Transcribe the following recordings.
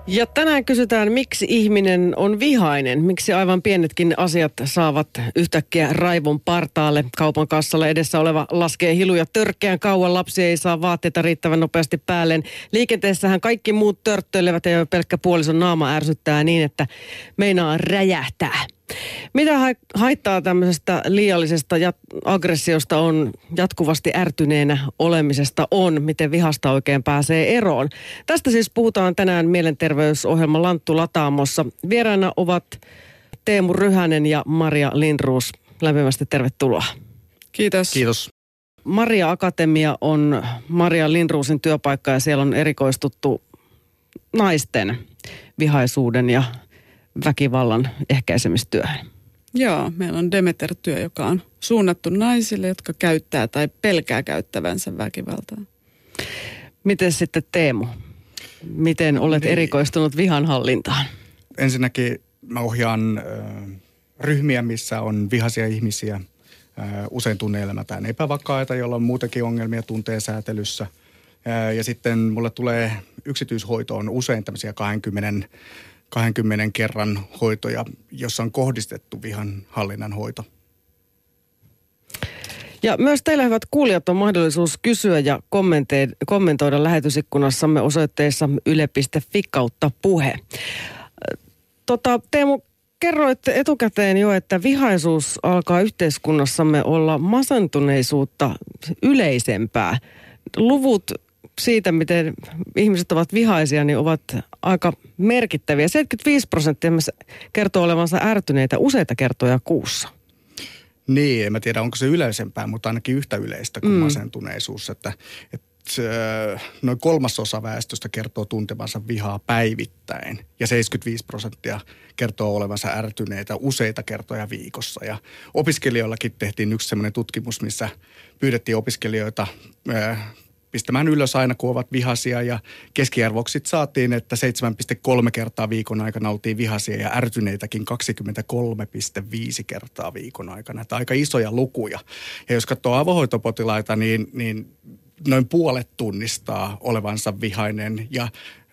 Ja tänään kysytään, miksi ihminen on vihainen. Miksi aivan pienetkin asiat saavat yhtäkkiä raivon partaalle. Kaupan kassalle edessä oleva laskee hiluja törkeän kauan. Lapsi ei saa vaatteita riittävän nopeasti päälleen. Liikenteessähän kaikki muut törttöilevät ja pelkkä puolison naama ärsyttää niin, että meinaa räjähtää. Mitä haittaa tämmöisestä liiallisesta aggressiosta on, jatkuvasti ärtyneenä olemisesta on, miten vihasta oikein pääsee eroon? Tästä siis puhutaan tänään mielenterveysohjelma Lanttu Lataamossa. Vieraana ovat Teemu Ryhänen ja Maria Lindroos. Lämpimästi tervetuloa. Kiitos. Kiitos. Maria Akatemia on Maria Lindroosin työpaikka ja siellä on erikoistuttu naisten vihaisuuden ja väkivallan ehkäisemistyöhön. Joo, meillä on Demeter-työ, joka on suunnattu naisille, jotka käyttää tai pelkää käyttävänsä väkivaltaa. Miten sitten Teemu? Miten olet erikoistunut vihanhallintaan? Ensinnäkin mä ohjaan ryhmiä, missä on vihaisia ihmisiä, usein tunne-elämätään epävakaita, joilla on muutenkin ongelmia tunteen säätelyssä. Ja sitten mulle tulee yksityishoitoon usein tämmöisiä 20 kerran hoitoja, jossa on kohdistettu vihanhallinnan hoito. Ja myös teillä, hyvät kuulijat, on mahdollisuus kysyä ja kommentoida lähetysikkunassamme osoitteessa yle.fi/puhe. Teemu, kerroit etukäteen jo, että vihaisuus alkaa yhteiskunnassamme olla masentuneisuutta yleisempää. Luvut siitä, miten ihmiset ovat vihaisia, niin ovat aika merkittäviä. 75% kertoo olevansa ärtyneitä useita kertoja kuussa. Niin, en mä tiedä, onko se yleisempää, mutta ainakin yhtä yleistä kuin masentuneisuus. Että noin 1/3 väestöstä kertoo tuntevansa vihaa päivittäin ja 75% kertoo olevansa ärtyneitä useita kertoja viikossa. Ja opiskelijoillakin tehtiin yksi semmoinen tutkimus, missä pyydettiin opiskelijoita pistämään ylös aina, kun ovat vihaisia, ja keskiarvoksi saatiin, että 7,3 kertaa viikon aikana oltiin vihaisia ja ärtyneitäkin 23,5 kertaa viikon aikana. Että aika isoja lukuja. Ja jos katsoo avohoitopotilaita, niin noin puolet tunnistaa olevansa vihainen ja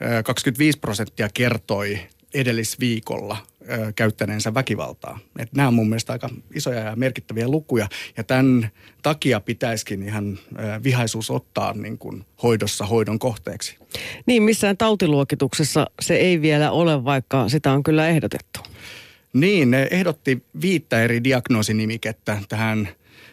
25% kertoi edellisviikolla käyttäneensä väkivaltaa. Että nämä on mun mielestä aika isoja ja merkittäviä lukuja. Ja tämän takia pitäisikin ihan vihaisuus ottaa niin kuin hoidossa hoidon kohteeksi. Niin, missään tautiluokituksessa se ei vielä ole, vaikka sitä on kyllä ehdotettu. Niin, ne ehdotti 5 eri diagnoosinimikettä tähän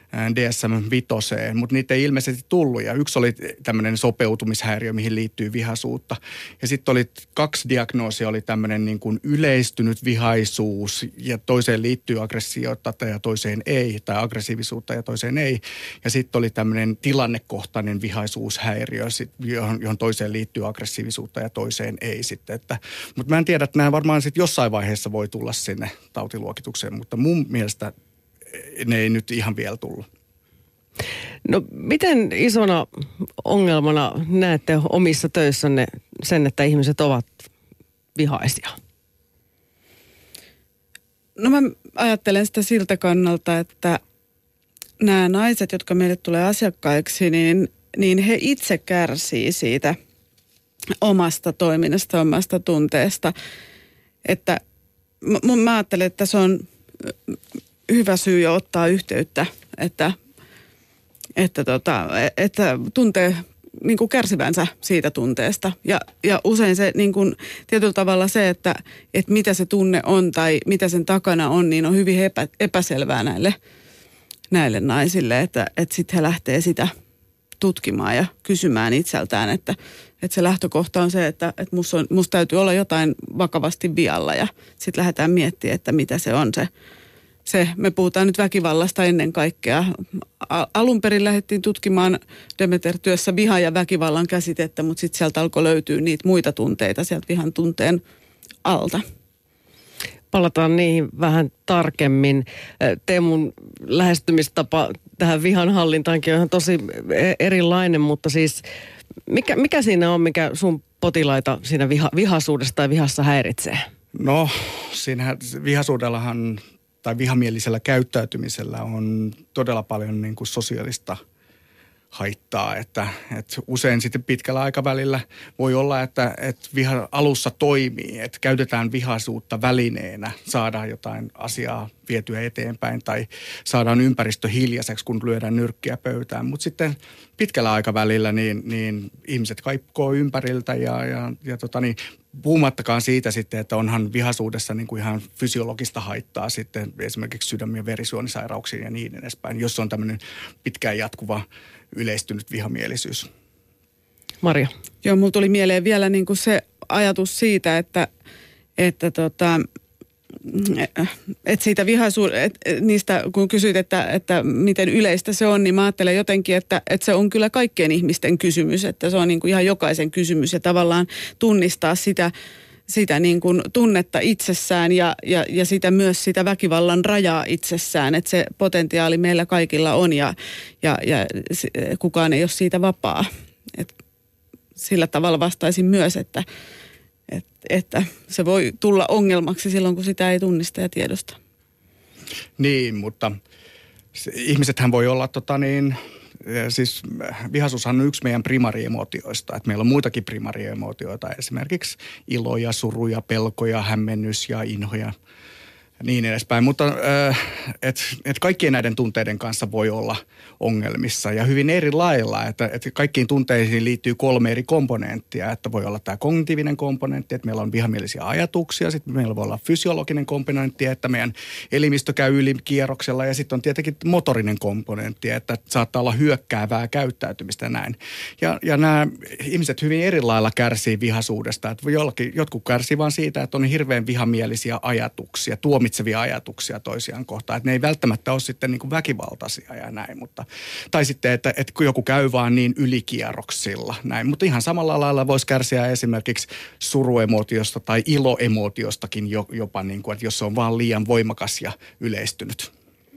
DSM-5, mutta niitä ei ilmeisesti tullut. Ja yksi oli tämmöinen sopeutumishäiriö, mihin liittyy vihaisuutta. Ja sitten oli 2 diagnoosia, oli tämmöinen niin kuin yleistynyt vihaisuus, ja toiseen liittyy aggressiota ja toiseen ei, tai aggressiivisuutta ja toiseen ei. Ja sitten oli tämmöinen tilannekohtainen vihaisuushäiriö, johon toiseen liittyy aggressiivisuutta ja toiseen ei sitten. Mutta mä en tiedä, että nämä varmaan sitten jossain vaiheessa voi tulla sinne tautiluokitukseen, mutta mun mielestä ne ei nyt ihan vielä tullut. No miten isona ongelmana näette omissa töissänne sen, että ihmiset ovat vihaisia? No mä ajattelen sitä siltä kannalta, että nämä naiset, jotka meille tulee asiakkaiksi, niin he itse kärsii siitä omasta toiminnasta, omasta tunteesta. Että mä ajattelen, että se on hyvä syy jo ottaa yhteyttä, että tuntee niin kuin kärsivänsä siitä tunteesta. Ja usein se niin kuin, tietyllä tavalla se, että mitä se tunne on tai mitä sen takana on, niin on hyvin epäselvää näille naisille, että sitten he lähtee sitä tutkimaan ja kysymään itseltään, että se lähtökohta on se, että musta täytyy olla jotain vakavasti vialla, ja sitten lähdetään miettimään, että mitä se on me puhutaan nyt väkivallasta ennen kaikkea. Alun perin lähdettiin tutkimaan Demeter-työssä vihan ja väkivallan käsitettä, mutta sitten sieltä alkoi löytyä niitä muita tunteita sieltä vihan tunteen alta. Palataan niihin vähän tarkemmin. Teemun lähestymistapa tähän vihanhallintaankin on ihan tosi erilainen, mutta siis mikä siinä on, mikä sun potilaita siinä vihaisuudessa tai vihassa häiritsee? No, siinä vihaisuudellahan tai vihamielisellä käyttäytymisellä on todella paljon niin kuin sosiaalista haittaa, että usein sitten pitkällä aikavälillä voi olla, että viha alussa toimii, että käytetään vihaisuutta välineenä, saadaan jotain asiaa vietyä eteenpäin tai saadaan ympäristö hiljaiseksi, kun lyödään nyrkkiä pöytään, mutta sitten pitkällä aikavälillä niin ihmiset kaikkoo ympäriltä ja puhumattakaan siitä sitten, että onhan vihaisuudessa niin kuin ihan fysiologista haittaa sitten esimerkiksi sydäm- ja verisuonisairauksiin ja niin edespäin, jos on tämmöinen pitkään jatkuva yleistynyt vihamielisyys. Maria. Joo, mulla tuli mieleen vielä niin kuin se ajatus siitä, että siitä niistä kun kysyt, että miten yleistä se on, niin mä ajattelen jotenkin, että se on kyllä kaikkien ihmisten kysymys, että se on niin kuin ihan jokaisen kysymys ja tavallaan tunnistaa sitä niin kuin tunnetta itsessään ja sitä myös sitä väkivallan rajaa itsessään, että se potentiaali meillä kaikilla on ja kukaan ei ole siitä vapaa. Et sillä tavalla vastaisin myös, että se voi tulla ongelmaksi silloin, kun sitä ei tunnista ja tiedosta. Niin, mutta ihmisethän voi olla siis vihaisuushan on yksi meidän primaariemotioista, että meillä on muitakin primaariemotioita, esimerkiksi iloja, suruja, pelkoja, hämmennys ja inhoja, niin edespäin. Mutta kaikkien näiden tunteiden kanssa voi olla ongelmissa ja hyvin eri lailla, että kaikkiin tunteisiin liittyy 3 eri komponenttia, että voi olla tämä kognitiivinen komponentti, että meillä on vihamielisiä ajatuksia, sitten meillä voi olla fysiologinen komponentti, että meidän elimistö käy ylikierroksella ja sitten on tietenkin motorinen komponentti, että saattaa olla hyökkäävää käyttäytymistä ja näin. Ja nämä ihmiset hyvin eri lailla kärsii vihaisuudesta, että jotkut kärsii vaan siitä, että on hirveän vihamielisiä ajatuksia, tuomitsevia ajatuksia toisiaan kohtaan, että ne ei välttämättä ole sitten niin kuin väkivaltaisia ja näin, tai sitten, että joku käy vaan niin ylikierroksilla näin, mutta ihan samalla lailla voisi kärsiä esimerkiksi suruemotiosta tai iloemotiostakin jopa, niin kuin, että jos se on vaan liian voimakas ja yleistynyt.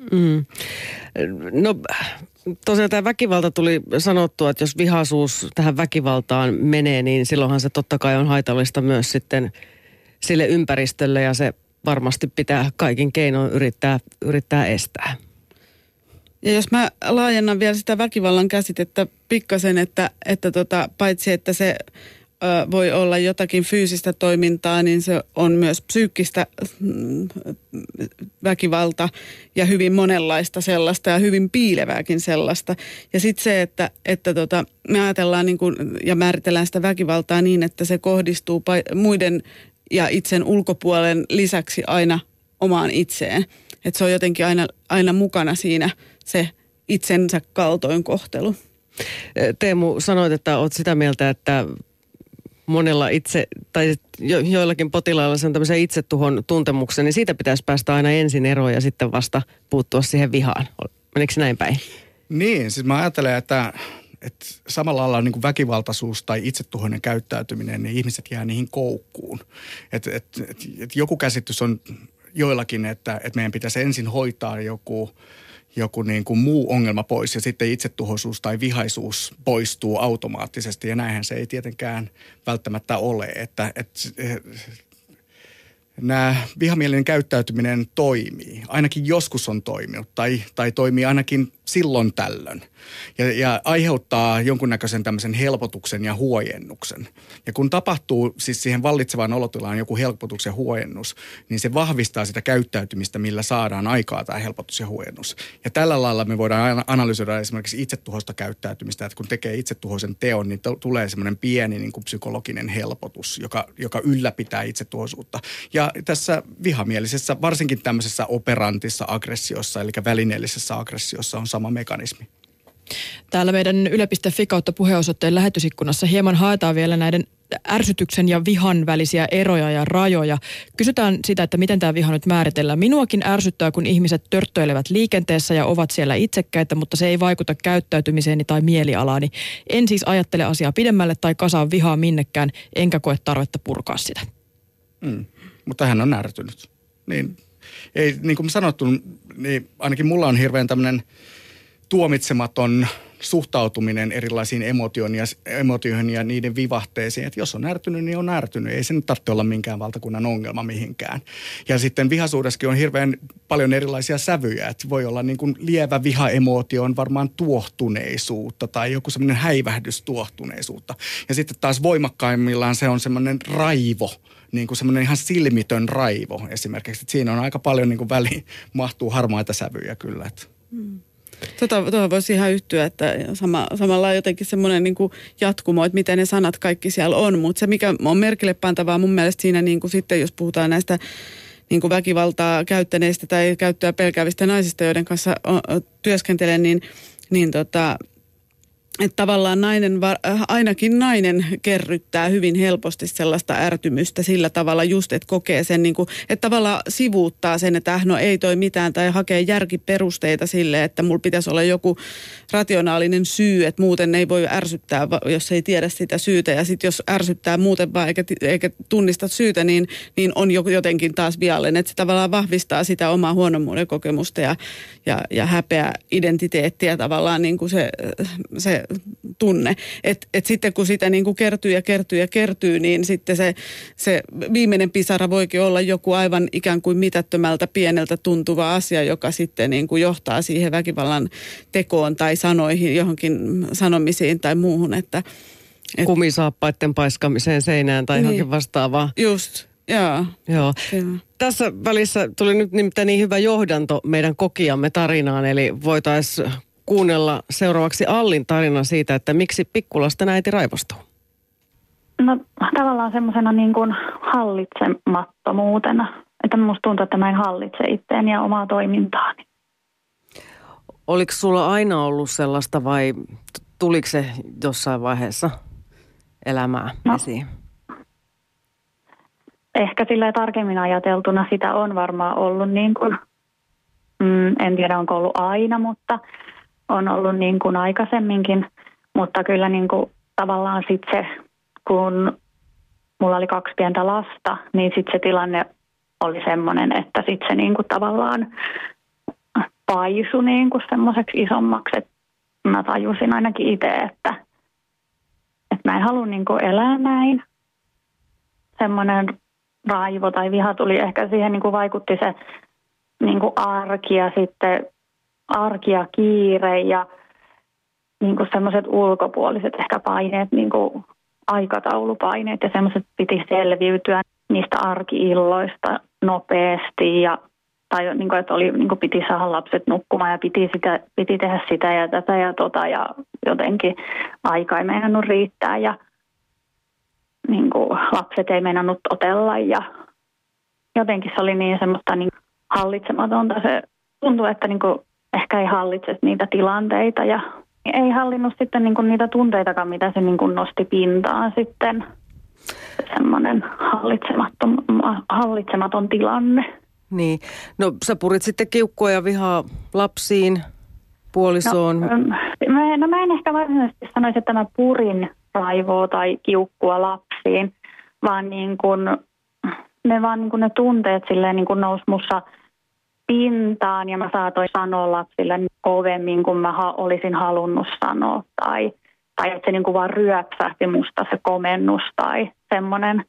No tosiaan tämä väkivalta tuli sanottua, että jos vihaisuus tähän väkivaltaan menee, niin silloinhan se totta kai on haitallista myös sitten sille ympäristölle ja se varmasti pitää kaikin keinoin yrittää estää. Ja jos mä laajennan vielä sitä väkivallan käsitettä pikkasen, että paitsi että se voi olla jotakin fyysistä toimintaa, niin se on myös psyykkistä väkivalta ja hyvin monenlaista sellaista ja hyvin piilevääkin sellaista. Ja sitten se, että me ajatellaan niin kuin, ja määritellään sitä väkivaltaa niin, että se kohdistuu muiden ja itsen ulkopuolen lisäksi aina omaan itseen. Että se on jotenkin aina mukana siinä se itsensä kaltoinkohtelu. Teemu, sanoit, että olet sitä mieltä, että monella joillakin potilailla se on tämmöisen itsetuhon tuntemuksen, niin siitä pitäisi päästä aina ensin eroon ja sitten vasta puuttua siihen vihaan. Menikö näin päin? Niin, siis mä ajattelen, että samalla lailla niin kuin väkivaltaisuus tai itsetuhoinen käyttäytyminen, niin ihmiset jää niihin koukkuun. Et joku käsitys on joillakin, että meidän pitäisi ensin hoitaa joku niin kuin muu ongelma pois ja sitten itsetuhoisuus tai vihaisuus poistuu automaattisesti ja näinhän se ei tietenkään välttämättä ole, että nämä vihamielinen käyttäytyminen toimii. Ainakin joskus on toiminut tai toimii ainakin silloin tällöin. Ja aiheuttaa jonkunnäköisen tämmöisen helpotuksen ja huojennuksen. Ja kun tapahtuu siis siihen vallitsevaan olotilaan joku helpotus ja huojennus, niin se vahvistaa sitä käyttäytymistä, millä saadaan aikaa tämä helpotus ja huojennus. Ja tällä lailla me voidaan analysoida esimerkiksi itsetuhoista käyttäytymistä, että kun tekee itsetuhoisen teon, niin tulee semmoinen pieni niin kuin psykologinen helpotus, joka ylläpitää itsetuhoisuutta. Ja tässä vihamielisessä, varsinkin tämmöisessä operantissa aggressiossa, eli välineellisessä aggressiossa on sama mekanismi. Täällä meidän yle.fi kautta puheenosoitteen lähetysikkunassa hieman haetaan vielä näiden ärsytyksen ja vihan välisiä eroja ja rajoja. Kysytään sitä, että miten tämä viha nyt määritellään. Minuakin ärsyttää, kun ihmiset törttöilevät liikenteessä ja ovat siellä itsekkäitä, mutta se ei vaikuta käyttäytymiseeni tai mielialaani. En siis ajattele asiaa pidemmälle tai kasaa vihaa minnekään, enkä koe tarvetta purkaa sitä. Mutta hän on ärtynyt. Niin kuin sanottu, niin ainakin mulla on hirveän tämmöinen tuomitsematon suhtautuminen erilaisiin emotioihin ja niiden vivahteisiin. Että jos on ärtynyt, niin on ärtynyt. Ei se nyt tarvitse olla minkään valtakunnan ongelma mihinkään. Ja sitten vihaisuudessakin on hirveän paljon erilaisia sävyjä. Että voi olla niin kuin lievä vihaemootio on varmaan tuohtuneisuutta tai joku semmoinen häivähdys tuohtuneisuutta. Ja sitten taas voimakkaimmillaan se on semmoinen raivo, niin kuin semmoinen ihan silmitön raivo esimerkiksi. Että siinä on aika paljon niin kuin väliin mahtuu harmaita sävyjä kyllä. Tuohon voisi ihan yhtyä, että samalla on jotenkin semmoinen niin kuin jatkumo, että miten ne sanat kaikki siellä on. Mutta se, mikä on merkille pantavaa mun mielestä siinä niin kuin sitten, jos puhutaan näistä niin kuin väkivaltaa käyttäneistä tai käyttöä pelkäävistä naisista, joiden kanssa työskentelen, niin että tavallaan ainakin nainen kerryttää hyvin helposti sellaista ärtymystä sillä tavalla just, että kokee sen, niin kuin, että tavallaan sivuuttaa sen, että no ei toi mitään tai hakee järkiperusteita sille, että mulla pitäisi olla joku rationaalinen syy, että muuten ei voi ärsyttää, jos ei tiedä sitä syytä. Ja sitten jos ärsyttää muuten vaan eikä tunnista syytä, niin on jotenkin taas viallinen, että se tavallaan vahvistaa sitä omaa huonommuuden kokemusta ja häpeä identiteettiä tavallaan niin kuin se tunne. Et sitten kun sitä niin kuin kertyy, niin sitten se viimeinen pisara voikin olla joku aivan ikään kuin mitättömältä pieneltä tuntuva asia, joka sitten niin kuin johtaa siihen väkivallan tekoon tai sanoihin, johonkin sanomisiin tai muuhun. Kumisaappaiden paiskamiseen seinään tai johonkin vastaavaa. Just, joo. Tässä välissä tuli nyt nimittäin niin hyvä johdanto meidän kokijamme tarinaan, eli voitaisiin kuunnella seuraavaksi Allin tarina siitä, että miksi pikkulasten äiti raivostuu. No tavallaan semmoisena niin kuin hallitsemattomuutena, että musta tuntuu, että mä en hallitse itseäni ja omaa toimintaani. Oliko sulla aina ollut sellaista vai tuliko se jossain vaiheessa elämää esiin? Ehkä sillä tarkemmin ajateltuna sitä on varmaan ollut niin kuin, en tiedä onko ollut aina, mutta on ollut niin kuin aikaisemminkin, mutta kyllä niin kuin tavallaan sitten se, kun mulla oli 2 pientä lasta, niin sitten se tilanne oli semmoinen, että sitten se niin kuin tavallaan paisui niin kuin semmoiseksi isommaksi, että mä tajusin ainakin itse, että mä en halua niin kuin elää näin. Semmoinen raivo tai viha tuli ehkä siihen, niin kuin vaikutti se niin kuin arki ja sitten arki ja kiire ja niin kuin semmoiset ulkopuoliset ehkä paineet, niin kuin aikataulupaineet ja semmoiset piti selviytyä niistä arki-illoista nopeasti tai niin kuin, että oli, niin kuin piti saada lapset nukkumaan ja piti tehdä sitä ja tätä ja tota ja jotenkin aika ei meinannut riittää ja niin kuin lapset ei meinannut totella ja jotenkin se oli niin semmoista niin hallitsematonta. Se tuntui, että niin kuin ehkä ei hallitse niitä tilanteita ja ei hallinnut sitten niin kuin niitä tunteitakaan, mitä se niin kuin nosti pintaan sitten. Semmoinen hallitsematon tilanne. Niin. No sä purit sitten kiukkua ja vihaa lapsiin, puolisoon. No mä en ehkä varsinaisesti sanoisi, että mä purin raivoa tai kiukkua lapsiin, vaan niin kuin, ne tunteet silleen niin kuin nousi mussa pintaan ja mä saatoin sanoa lapsille kovemmin kuin mä olisin halunnut sanoa tai että se niin kuin vaan ryöpsähti musta se komennus tai semmoinen,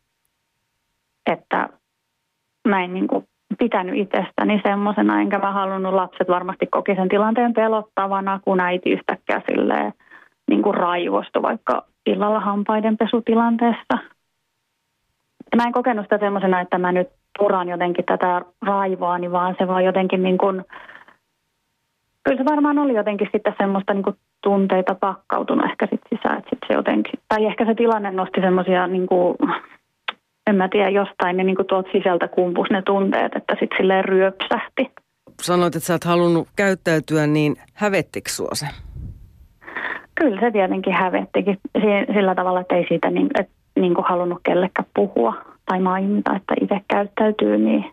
että mä en niin kuin pitänyt itsestäni semmoisena, enkä mä halunnut, lapset varmasti koki sen tilanteen pelottavana, kun äiti yhtäkkiä silleen niin kuin raivostui vaikka illalla hampaidenpesutilanteessa. Mä en kokenut sitä semmoisena, että mä nyt puran jotenkin tätä raivoani, vaan se vaan jotenkin niin kuin, kyllä se varmaan oli jotenkin sitten semmoista niin kuin tunteita pakkautunut ehkä sitten sisään, että sitten se jotenkin, tai ehkä se tilanne nosti semmoisia niin kuin, en mä tiedä, jostain ne niin kuin tuolta sisältä kumpus ne tunteet, että sitten silleen ryöpsähti. Sanoit, että sä oot halunnut käyttäytyä, niin hävettikö sua se? Kyllä se tietenkin hävettikin sillä tavalla, että ei siitä niin kuin halunnut kellekään puhua tai mainita, että itse käyttäytyy niin.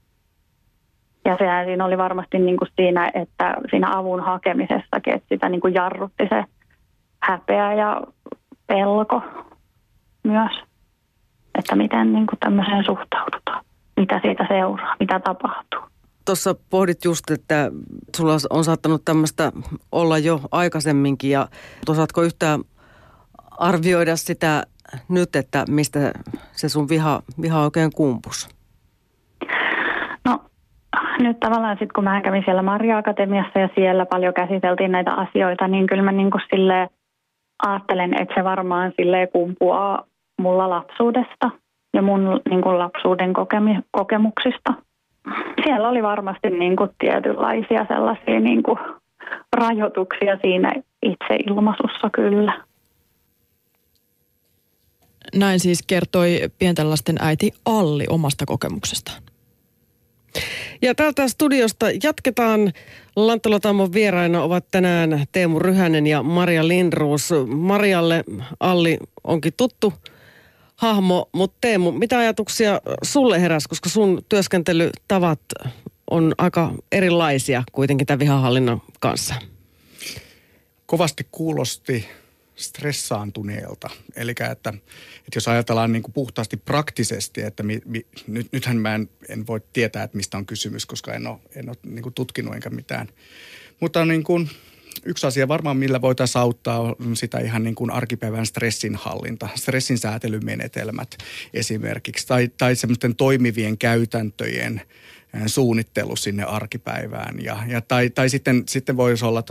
Ja sehän siinä oli varmasti niin kuin siinä, että siinä avun hakemisessakin, että sitä niin kuin jarrutti se häpeä ja pelko myös, että miten niin kuin tämmöiseen suhtaudutaan, mitä siitä seuraa, mitä tapahtuu. Tuossa pohdit just, että Sulla on saattanut tämmöistä olla jo aikaisemminkin ja osaatko yhtään arvioida sitä nyt, että mistä se sun viha oikein kumpus? No nyt tavallaan sitten kun mä kävin siellä Maria-akatemiassa ja siellä paljon käsiteltiin näitä asioita, niin kyllä mä niin kuin silleen ajattelen, että se varmaan silleen kumpuaa mulla lapsuudesta ja mun niin kuin lapsuuden kokemuksista. Siellä oli varmasti niin kuin tietynlaisia sellaisia niin kuin rajoituksia siinä itse ilmaisussa kyllä. Näin siis kertoi pienten lasten äiti Alli omasta kokemuksestaan. Ja täältä studiosta jatketaan. Lanttala-Tammon vieraina ovat tänään Teemu Ryhänen ja Maria Lindroos. Marialle Alli onkin tuttu hahmo, mutta Teemu, mitä ajatuksia sulle heräsi, koska sun työskentelytavat on aika erilaisia kuitenkin tämän vihahallinnan kanssa? Kovasti kuulosti stressaantuneelta. Eli että jos ajatellaan niin kuin puhtaasti praktisesti, että nythän mä en voi tietää, että mistä on kysymys, koska en ole niin kuin tutkinut enkä mitään. Mutta niin kuin yksi asia varmaan, millä voitaisiin auttaa, on sitä ihan niin kuin arkipäivän stressinhallinta, stressin säätelymenetelmät esimerkiksi, tai semmoisten toimivien käytäntöjen suunnittelu sinne arkipäivään. Tai sitten voisi olla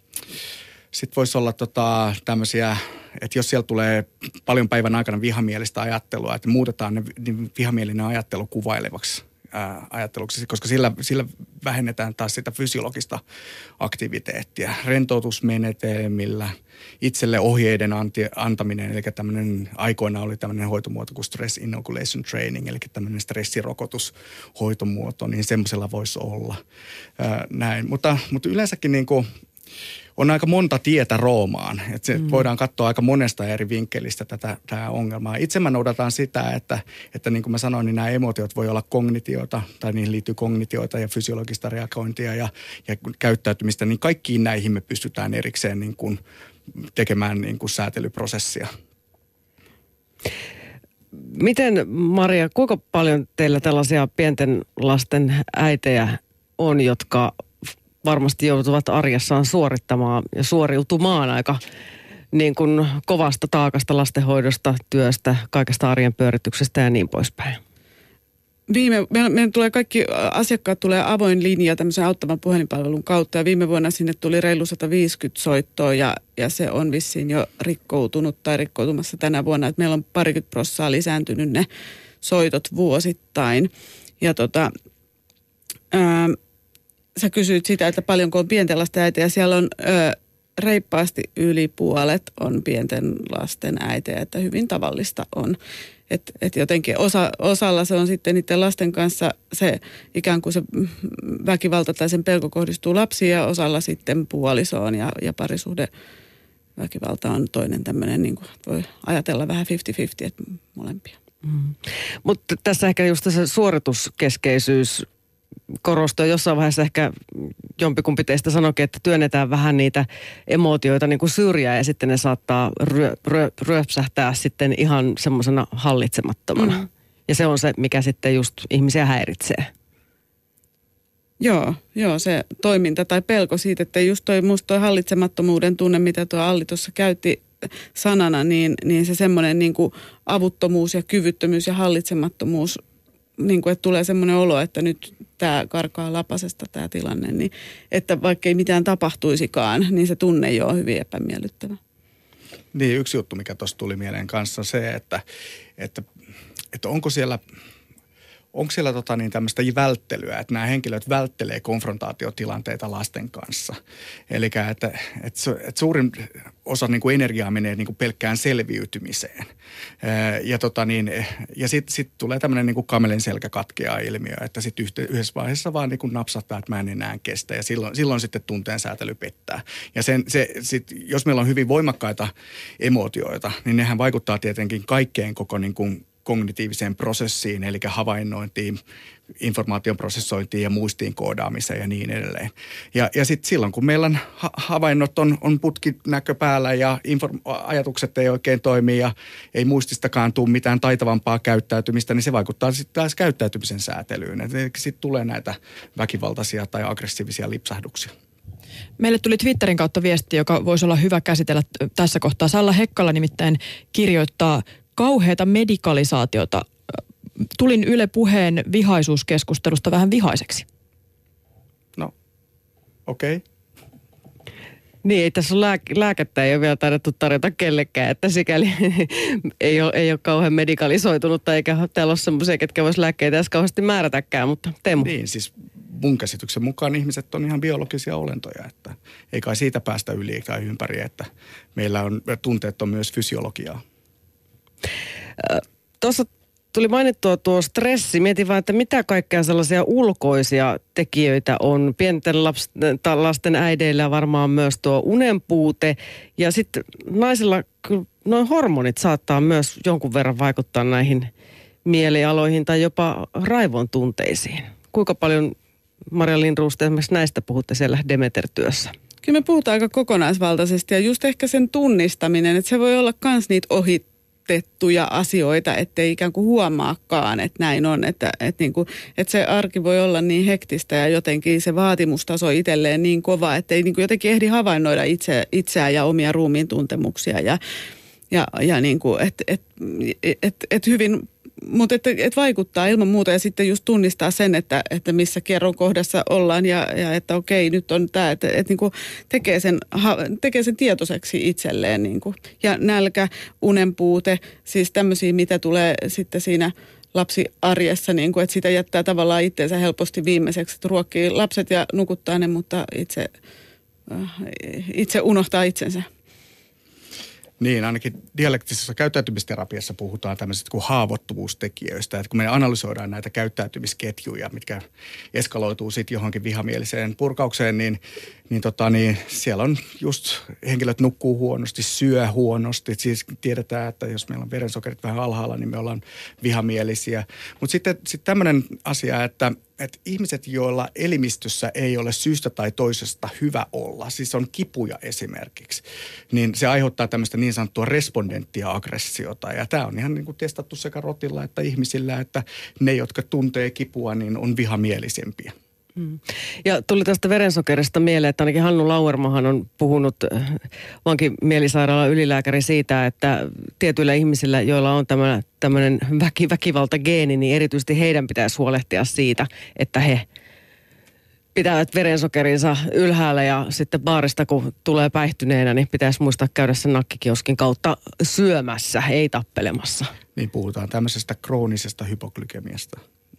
tämmöisiä, että jos siellä tulee paljon päivän aikana vihamielistä ajattelua, että muutetaan ne vihamielinen ajattelu kuvailevaksi ajatteluksi, koska sillä vähennetään taas sitä fysiologista aktiviteettia. Rentoutusmenetelmillä, itselle ohjeiden antaminen, eli tämmöinen aikoina oli tämmöinen hoitomuoto kuin stress inoculation training, eli tämmöinen stressirokotushoitomuoto, niin semmoisella voisi olla näin. Mutta yleensäkin niin kuin on aika monta tietä Roomaan. Että se voidaan katsoa aika monesta eri vinkkelistä tätä ongelmaa. Itse mä noudatan sitä, että niin kuin mä sanoin, niin nämä emotiot voi olla kognitioita, tai niihin liittyy kognitioita ja fysiologista reagointia ja käyttäytymistä, niin kaikkiin näihin me pystytään erikseen niin kuin tekemään niin kuin säätelyprosessia. Miten, Maria, kuinka paljon teillä tällaisia pienten lasten äitejä on, jotka varmasti joutuvat arjessaan suorittamaan ja suoriutumaan aika niin kuin kovasta taakasta lastenhoidosta, työstä, kaikesta arjen pyörityksestä ja niin poispäin? Meidän tulee kaikki asiakkaat tulee avoin linja tämmöisen auttavan puhelinpalvelun kautta ja viime vuonna sinne tuli reilu 150 soittoa ja se on vissiin jo rikkoutunut tai rikkoutumassa tänä vuonna, että meillä on 20% lisääntynyt ne soitot vuosittain ja sä kysyit sitä, että paljonko on pienten lasten äitejä. Siellä on reippaasti yli puolet on pienten lasten äitejä, että hyvin tavallista on. Et jotenkin osalla se on sitten niiden lasten kanssa se ikään kuin se väkivalta tai sen pelko kohdistuu lapsiin ja osalla sitten puolisoon ja parisuhde väkivalta on toinen tämmöinen, niin kuin voi ajatella vähän 50-50, että molempia. Mutta tässä ehkä just se suorituskeskeisyys korostuu jossain vaiheessa ehkä jompikumpi teistä sanoikin, että työnnetään vähän niitä emootioita niin kuin syrjään ja sitten ne saattaa ryöpsähtää sitten ihan semmoisena hallitsemattomana. Ja se on se, mikä sitten just ihmisiä häiritsee. Joo, se toiminta tai pelko siitä, että just musta toi hallitsemattomuuden tunne, mitä tuo Alli tuossa käytti sanana, niin se semmoinen niin kuin avuttomuus ja kyvyttömyys ja hallitsemattomuus, niin kuin, että tulee semmoinen olo, että nyt tämä karkaa lapasesta tämä tilanne, niin että vaikka ei mitään tapahtuisikaan, niin se tunne jo on hyvin epämiellyttävä. Niin, yksi juttu, mikä tuossa tuli mieleen kanssa se, että onko siellä tämmöistä välttelyä, että nämä henkilöt välttelee konfrontaatiotilanteita lasten kanssa. Eli että suurin osa niin kuin energiaa menee niin kuin pelkkään selviytymiseen. Ja sitten tulee tämmöinen niin kuin kamelin selkä katkeaa ilmiö, että sitten yhdessä vaiheessa vaan niin kuin napsattaa, että mä en enää kestä. Ja silloin sitten tunteen säätely pettää. Ja jos meillä on hyvin voimakkaita emootioita, niin nehän vaikuttaa tietenkin kaikkeen koko kognitiiviseen prosessiin, eli havainnointiin, informaation prosessointiin ja muistiin koodaamiseen ja niin edelleen. Ja sitten silloin, kun meillä havainnot on putkinäkö päällä ja ajatukset ei oikein toimi ja ei muististakaan tule mitään taitavampaa käyttäytymistä, niin se vaikuttaa sitten taas käyttäytymisen säätelyyn. Sitten tulee näitä väkivaltaisia tai aggressiivisia lipsahduksia. Meille tuli Twitterin kautta viesti, joka voisi olla hyvä käsitellä tässä kohtaa. Salla Hekkala nimittäin kirjoittaa kauheata medikalisaatiota. Tulin Yle Puheen vihaisuuskeskustelusta vähän vihaiseksi. No, okei. Okay. Niin, ei tässä ole lääkettä, ei ole vielä taidettu tarjota kellekään, että sikäli ei ole kauhean medikalisoitunutta, eikä täällä ole semmoisia, ketkä vois lääkkeitä edes kauheasti määrätäkään, mutta Teemu. Niin, siis mun käsityksen mukaan ihmiset on ihan biologisia olentoja, että ei kai siitä päästä yli tai ympäri, että meillä on tunteet on myös fysiologiaa. Tuossa tuli mainittua tuo stressi. Mietin vaan, että mitä kaikkea sellaisia ulkoisia tekijöitä on. Pienten lasten äideillä varmaan myös tuo unenpuute. Ja sitten naisilla noin hormonit saattaa myös jonkun verran vaikuttaa näihin mielialoihin tai jopa raivon tunteisiin. Kuinka paljon, Marja Lindroos, esimerkiksi näistä puhutte siellä Demeter-työssä? Kyllä me puhutaan aika kokonaisvaltaisesti ja just ehkä sen tunnistaminen, että se voi olla myös niitä ohitettuja asioita, ettei ikään kuin huomaakaan, että näin on. Että se arki voi olla niin hektistä ja jotenkin se vaatimustaso itselleen niin kova, ettei niin kuin jotenkin ehdi havainnoida itseään ja omia ruumiin tuntemuksia ja niin kuin, että hyvin. Mutta että vaikuttaa ilman muuta ja sitten just tunnistaa sen, että missä kierron kohdassa ollaan ja että okei, nyt on tämä, että niinku tekee sen tietoiseksi itselleen. Niinku. Ja nälkä, unenpuute, siis tämmöisiä, mitä tulee sitten siinä lapsiarjessa, niinku, että sitä jättää tavallaan itseensä helposti viimeiseksi, että ruokkii lapset ja nukuttaa ne, mutta itse unohtaa itsensä. Niin, ainakin dialektisessa käyttäytymisterapiassa puhutaan tämmöisistä kuin haavoittuvuustekijöistä. Että kun me analysoidaan näitä käyttäytymisketjuja, mitkä eskaloituu sitten johonkin vihamieliseen purkaukseen, niin siellä on just henkilöt nukkuu huonosti, syö huonosti. Siis tiedetään, että jos meillä on verensokerit vähän alhaalla, niin me ollaan vihamielisiä. Mutta sitten tämmöinen asia, että ihmiset, joilla elimistössä ei ole syystä tai toisesta hyvä olla, siis on kipuja esimerkiksi, niin se aiheuttaa tämmöistä niin sanottua respondenttia aggressiota. Ja tämä on ihan niin kuin testattu sekä rotilla että ihmisillä, että ne, jotka tuntee kipua, niin on vihamielisempiä. Ja tuli tästä verensokerista mieleen, että ainakin Hannu Lauermahan on puhunut vankimielisairaalan ylilääkäri siitä, että tietyillä ihmisillä, joilla on tämmöinen väkivaltageeni, niin erityisesti heidän pitäisi huolehtia siitä, että he pitävät verensokerinsa ylhäällä ja sitten baarista, kun tulee päihtyneenä, niin pitäisi muistaa käydä sen nakkikioskin kautta syömässä, ei tappelemassa. Niin puhutaan tämmöisestä kroonisesta hypoglykemiasta.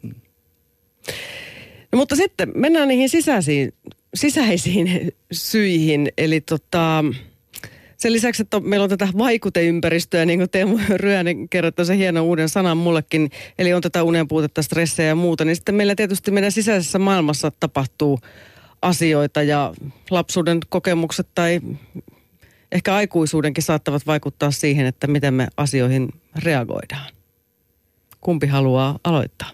No, mutta sitten mennään niihin sisäisiin syihin. Eli sen lisäksi, että meillä on tätä vaikuteympäristöä, niin kuin Teemu Ryönen kerrottui se hienon uuden sanan mullekin, eli on tätä unenpuutetta, stressejä ja muuta, niin sitten meillä tietysti meidän sisäisessä maailmassa tapahtuu asioita ja lapsuuden kokemukset tai ehkä aikuisuudenkin saattavat vaikuttaa siihen, että miten me asioihin reagoidaan. Kumpi haluaa aloittaa?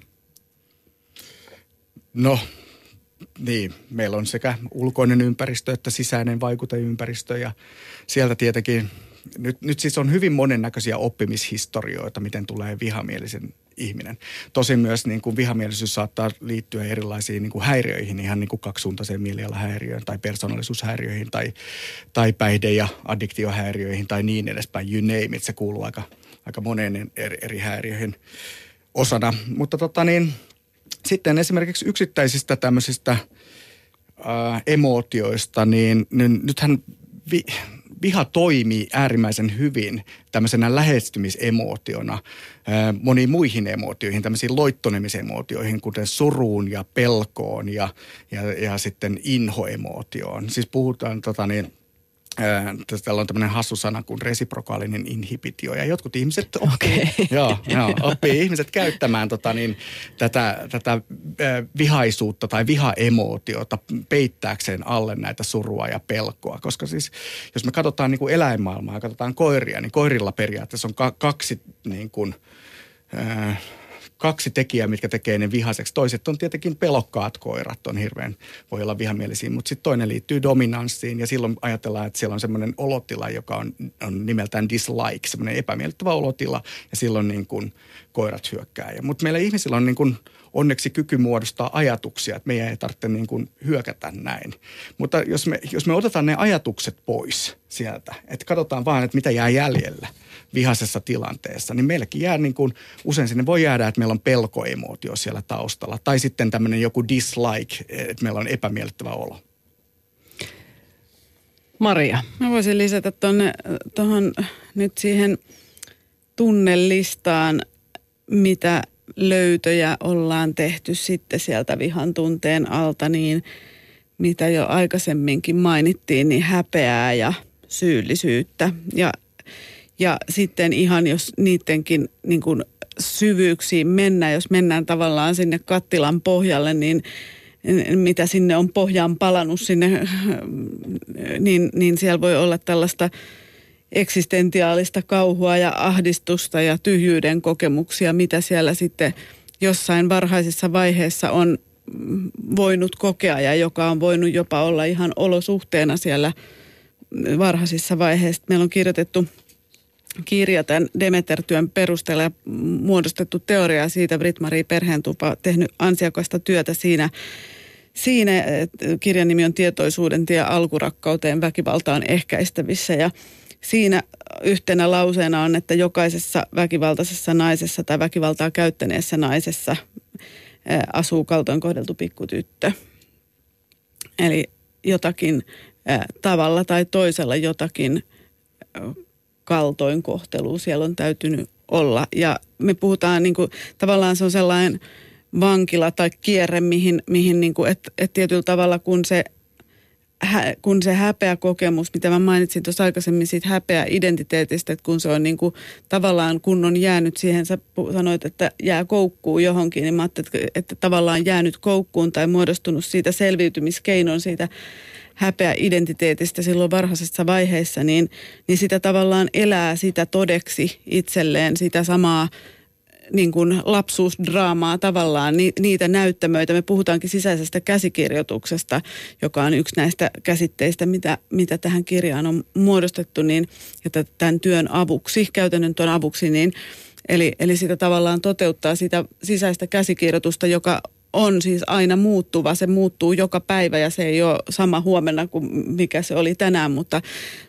No, niin. Meillä on sekä ulkoinen ympäristö että sisäinen vaikuteympäristö ja sieltä tietenkin, nyt siis on hyvin monennäköisiä oppimishistorioita, miten tulee vihamielisen ihminen. Tosin myös niin kuin vihamielisyys saattaa liittyä erilaisiin niin kuin häiriöihin, ihan niin kuin kaksisuuntaiseen mielialahäiriöön tai persoonallisuushäiriöihin tai päihde- ja addiktiohäiriöihin tai niin edespäin. You name it, se kuuluu aika moneen eri häiriöihin osana, mutta sitten esimerkiksi yksittäisistä tämmöisistä emootioista, niin nythän viha toimii äärimmäisen hyvin tämmöisenä lähestymisemootiona moniin muihin emootioihin, tämmöisiin loittonemisemootioihin, kuten suruun ja pelkoon ja sitten inhoemootioon. Siis puhutaan täällä on tämmöinen hassu sana kuin resiprokaalinen inhibitio, ja jotkut ihmiset oppii ihmiset käyttämään tätä vihaisuutta tai vihaemootiota peittääkseen alle näitä surua ja pelkoa, koska siis jos me katsotaan niin kuin eläinmaailmaa ja katsotaan koiria, niin koirilla periaatteessa on kaksi niin kuin kaksi tekijää, mitkä tekee ne vihaseksi. Toiset on tietenkin pelokkaat koirat, voi olla vihamielisiä, mutta sitten toinen liittyy dominanssiin ja silloin ajatellaan, että siellä on semmoinen olotila, joka on nimeltään dislike, semmoinen epämiellyttävä olotila ja silloin niin kuin koirat hyökkää. Mutta meillä ihmisillä on niin kuin onneksi kyky muodostaa ajatuksia, että meidän ei tarvitse niin kuin hyökätä näin. Mutta jos me otetaan ne ajatukset pois sieltä, että katsotaan vaan, että mitä jää jäljellä vihaisessa tilanteessa, niin meilläkin jää niin kuin, usein sinne voi jäädä, että meillä on pelkoemootio siellä taustalla. Tai sitten tämmöinen joku dislike, että meillä on epämiellyttävä olo. Maria. Mä voisin lisätä tuohon nyt siihen tunnelistaan, mitä löytöjä ollaan tehty sitten sieltä vihan tunteen alta, niin mitä jo aikaisemminkin mainittiin, niin häpeää ja syyllisyyttä. Ja sitten ihan jos niidenkin niin kuin syvyyksiin mennään, jos mennään tavallaan sinne kattilan pohjalle, niin mitä sinne on pohjaan palannut sinne, niin siellä voi olla tällaista eksistentiaalista kauhua ja ahdistusta ja tyhjyyden kokemuksia, mitä siellä sitten jossain varhaisessa vaiheessa on voinut kokea ja joka on voinut jopa olla ihan olosuhteena siellä varhaisissa vaiheissa. Meillä on kirjoitettu kirja tämän Demeter-työn perusteella ja muodostettu teoria siitä. Britt-Marie Perheentupa tehnyt ansiokasta työtä siinä. Kirjan nimi on Tietoisuuden tie alkurakkauteen väkivaltaan ehkäistävissä ja siinä yhtenä lauseena on, että jokaisessa väkivaltaisessa naisessa tai väkivaltaa käyttäneessä naisessa asuu kaltoin kohdeltu pikkutyttö. Eli jotakin tavalla tai toisella jotakin kaltoinkohtelua siellä on täytynyt olla. Ja me puhutaan niin kuin, tavallaan se on sellainen vankila tai kierre, mihin niin kuin, että tietyllä tavalla kun se häpeä kokemus, mitä mä mainitsin tuossa aikaisemmin siitä häpeä identiteetistä, että kun se on niin kuin, tavallaan kun on jäänyt siihen, sä sanoit, että jää koukkuun johonkin, niin mä ajattelin, että tavallaan jäänyt koukkuun tai muodostunut siitä selviytymiskeinon siitä häpeä-identiteetistä silloin varhaisessa vaiheessa, niin sitä tavallaan elää sitä todeksi itselleen, sitä samaa niin kuin lapsuusdraamaa tavallaan, niitä näyttämöitä. Me puhutaankin sisäisestä käsikirjoituksesta, joka on yksi näistä käsitteistä, mitä tähän kirjaan on muodostettu, niin, ja tämän työn avuksi, käytännön työn avuksi, niin, eli sitä tavallaan toteuttaa sitä sisäistä käsikirjoitusta, joka on siis aina muuttuva. Se muuttuu joka päivä ja se ei ole sama huomenna kuin mikä se oli tänään, mutta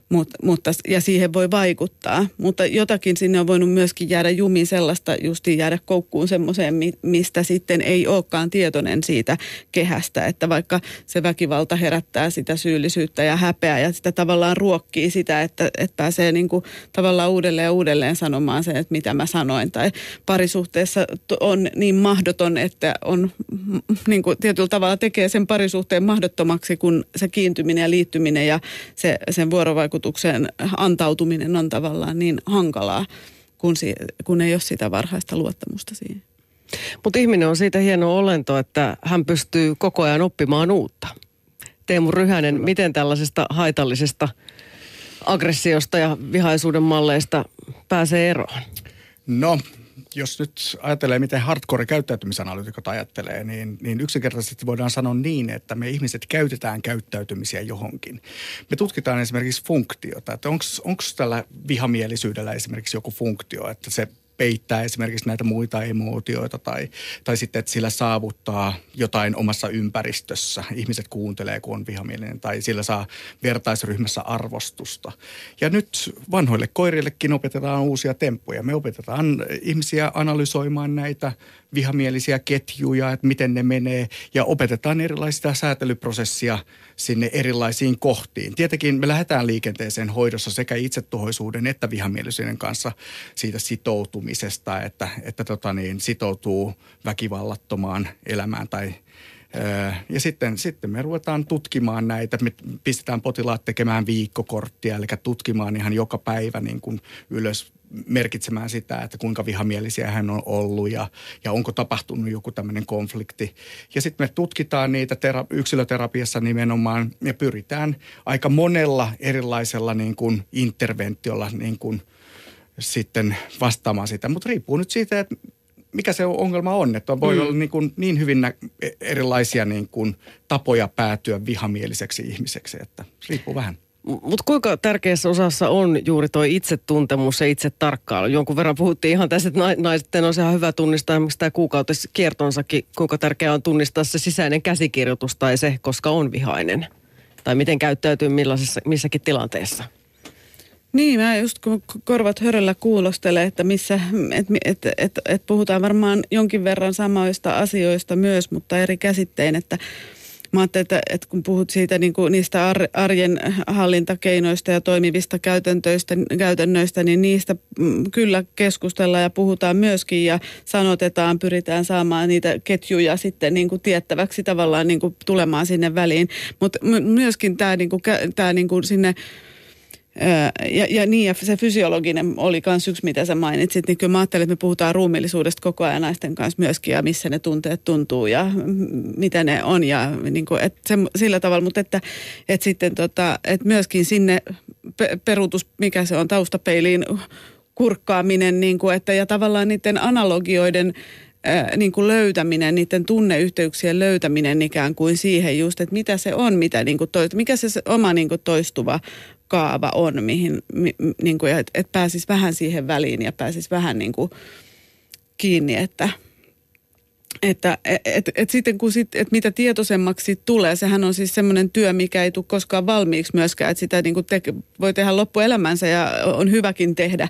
ja siihen voi vaikuttaa. Mutta jotakin sinne on voinut myöskin jäädä jumiin sellaista, justiin jäädä koukkuun semmoiseen, mistä sitten ei olekaan tietoinen siitä kehästä. Että vaikka se väkivalta herättää sitä syyllisyyttä ja häpeää ja sitä tavallaan ruokkii sitä, että pääsee niin kuin tavallaan uudelleen sanomaan sen, että mitä mä sanoin. Tai parisuhteessa on niin mahdoton, että on niin kuin tietyllä tavalla tekee sen parisuhteen mahdottomaksi, kun se kiintyminen ja liittyminen ja sen vuorovaikutuksen antautuminen on tavallaan niin hankalaa, kun ei ole sitä varhaista luottamusta siihen. Mutta ihminen on siitä hieno olento, että hän pystyy koko ajan oppimaan uutta. Teemu Ryhänen, miten tällaisesta haitallisesta aggressiosta ja vihaisuuden malleista pääsee eroon? No, jos nyt ajattelee, miten hardcore-käyttäytymisanalyytikot ajattelee, niin yksinkertaisesti voidaan sanoa niin, että me ihmiset käytetään käyttäytymisiä johonkin. Me tutkitaan esimerkiksi funktiota, että onko tällä vihamielisyydellä esimerkiksi joku funktio, että se peittää esimerkiksi näitä muita emootioita tai sitten, että sillä saavuttaa jotain omassa ympäristössä. Ihmiset kuuntelee, kun on vihamielinen tai sillä saa vertaisryhmässä arvostusta. Ja nyt vanhoille koirillekin opetetaan uusia temppuja. Me opetetaan ihmisiä analysoimaan näitä vihamielisiä ketjuja, että miten ne menee ja opetetaan erilaisia säätelyprosessia sinne erilaisiin kohtiin. Tietenkin me lähdetään liikenteeseen hoidossa sekä itsetuhoisuuden että vihamielisyyden kanssa siitä sitoutumisesta, että sitoutuu väkivallattomaan elämään ja sitten me ruvetaan tutkimaan näitä, me pistetään potilaat tekemään viikkokorttia, eli tutkimaan ihan joka päivä niin kuin ylös merkitsemään sitä, että kuinka vihamielisiä hän on ollut ja onko tapahtunut joku tämmöinen konflikti. Ja sitten me tutkitaan niitä yksilöterapiassa nimenomaan ja pyritään aika monella erilaisella niin kuin interventiolla niin kuin sitten vastaamaan sitä. Mutta riippuu nyt siitä, että mikä se ongelma on. Että voi olla niin hyvin erilaisia niin kuin tapoja päätyä vihamieliseksi ihmiseksi, että riippuu vähän. Mutta kuinka tärkeässä osassa on juuri toi itsetuntemus ja itsetarkkailu? Jonkun verran puhuttiin ihan tässä, että naisten on ihan hyvä tunnistaa esimerkiksi tämä kuukautiskiertonsakin, kuinka tärkeää on tunnistaa se sisäinen käsikirjoitus tai se, koska on vihainen. Tai miten käyttäytyy missäkin tilanteessa. Niin, mä just kun korvat höröllä kuulostelen, että että puhutaan varmaan jonkin verran samoista asioista myös, mutta eri käsittein, että mä ajattelin, että kun puhut siitä niin kuin niistä arjen hallintakeinoista ja toimivista käytännöistä, niin niistä kyllä keskustellaan ja puhutaan myöskin ja sanotetaan, pyritään saamaan niitä ketjuja sitten niin kuin tiettäväksi tavallaan niin kuin tulemaan sinne väliin. Mutta myöskin tämä niin kuin sinne. Ja se fysiologinen oli myös yksi, mitä sä mainitsit, niin kyllä mä ajattelin, että me puhutaan ruumiillisuudesta koko ajan naisten kanssa myöskin ja missä ne tunteet tuntuu ja mitä ne on ja niin kuin, sillä tavalla, mutta että sitten että myöskin sinne peruutus, mikä se on, taustapeiliin kurkkaaminen niin kuin, ja tavallaan niiden analogioiden niin kuin löytäminen, niiden tunneyhteyksien löytäminen ikään kuin siihen just, että mitä se on, mikä se oma niin kuin toistuva kaava on, mihin, niin kuin, että pääsisi vähän siihen väliin ja pääsisi vähän niin kuin kiinni, että sitten kun että mitä tietoisemmaksi tulee, sehän on siis semmoinen työ, mikä ei tule koskaan valmiiksi myöskään, että sitä niin kuin voi tehdä loppuelämänsä ja on hyväkin tehdä.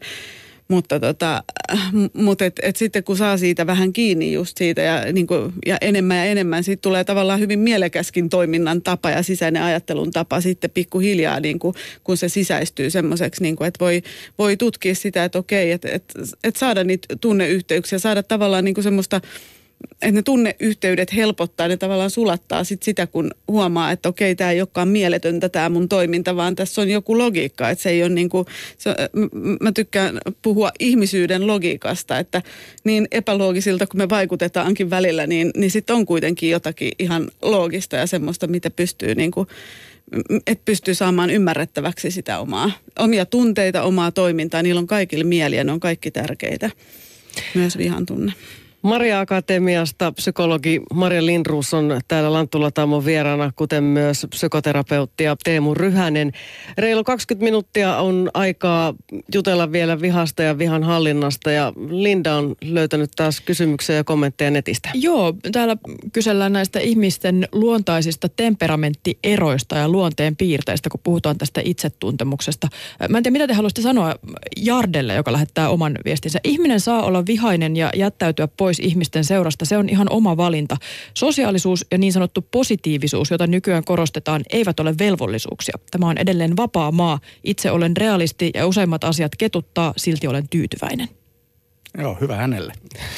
Mutta sitten kun saa siitä vähän kiinni just siitä ja enemmän, siitä tulee tavallaan hyvin mielekäskin toiminnan tapa ja sisäinen ajattelun tapa sitten pikkuhiljaa, niin kun se sisäistyy semmoiseksi, niin että voi tutkia sitä, että okei, että saada niitä tunneyhteyksiä, saada tavallaan niin kuin semmoista, että ne tunneyhteydet helpottaa, ne tavallaan sulattaa sitä, kun huomaa, että okei, tämä ei olekaan mieletöntä tämä mun toiminta, vaan tässä on joku logiikka, että se ei ole niin kuin, mä tykkään puhua ihmisyyden logiikasta, että niin epäloogisilta, kun me vaikutetaankin välillä, niin sitten on kuitenkin jotakin ihan loogista ja semmoista, mitä pystyy niin kuin, että pystyy saamaan ymmärrettäväksi sitä omia tunteita, omaa toimintaa, niillä on kaikilla mieliä, ne on kaikki tärkeitä, myös vihan tunne. Maria Akatemiasta psykologi Marja Lindroos on täällä Lanttula Tammon vieraana, kuten myös psykoterapeutti ja Teemu Ryhänen. Reilu 20 minuuttia on aikaa jutella vielä vihasta ja vihan hallinnasta ja Linda on löytänyt taas kysymyksiä ja kommentteja netistä. Joo, täällä kysellään näistä ihmisten luontaisista temperamenttieroista ja luonteen piirteistä, kun puhutaan tästä itsetuntemuksesta. Mä en tiedä, mitä te haluaisitte sanoa Jardelle, joka lähettää oman viestinsä. Ihminen saa olla vihainen ja jättäytyä pois ihmisten seurasta. Se on ihan oma valinta. Sosiaalisuus ja niin sanottu positiivisuus, jota nykyään korostetaan, eivät ole velvollisuuksia. Tämä on edelleen vapaa maa. Itse olen realisti ja useimmat asiat ketuttaa, silti olen tyytyväinen. Joo, hyvä hänelle.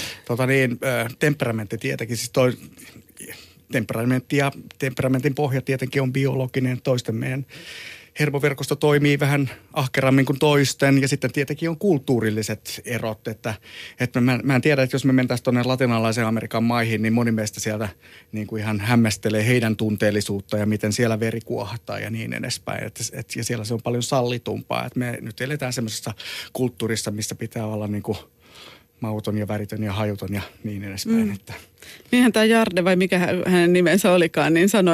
Temperamentti tietenkin, siis temperamentti ja temperamentin pohja tietenkin on biologinen, toisten meidän hermoverkosto toimii vähän ahkerammin kuin toisten ja sitten tietenkin on kulttuurilliset erot, että mä en tiedä, että jos me mentäisiin tuonne latinalaisen Amerikan maihin, niin moni meistä sieltä niin kuin ihan hämmästelee heidän tunteellisuutta ja miten siellä veri kuohtaa ja niin edespäin. Ja siellä se on paljon sallitumpaa, että me nyt eletään semmoisessa kulttuurissa, missä pitää olla niin kuin mauton ja väritön ja hajuton ja niin edespäin. Niinhän tämä Jarde, vai mikä hänen nimensä olikaan, niin sanoi,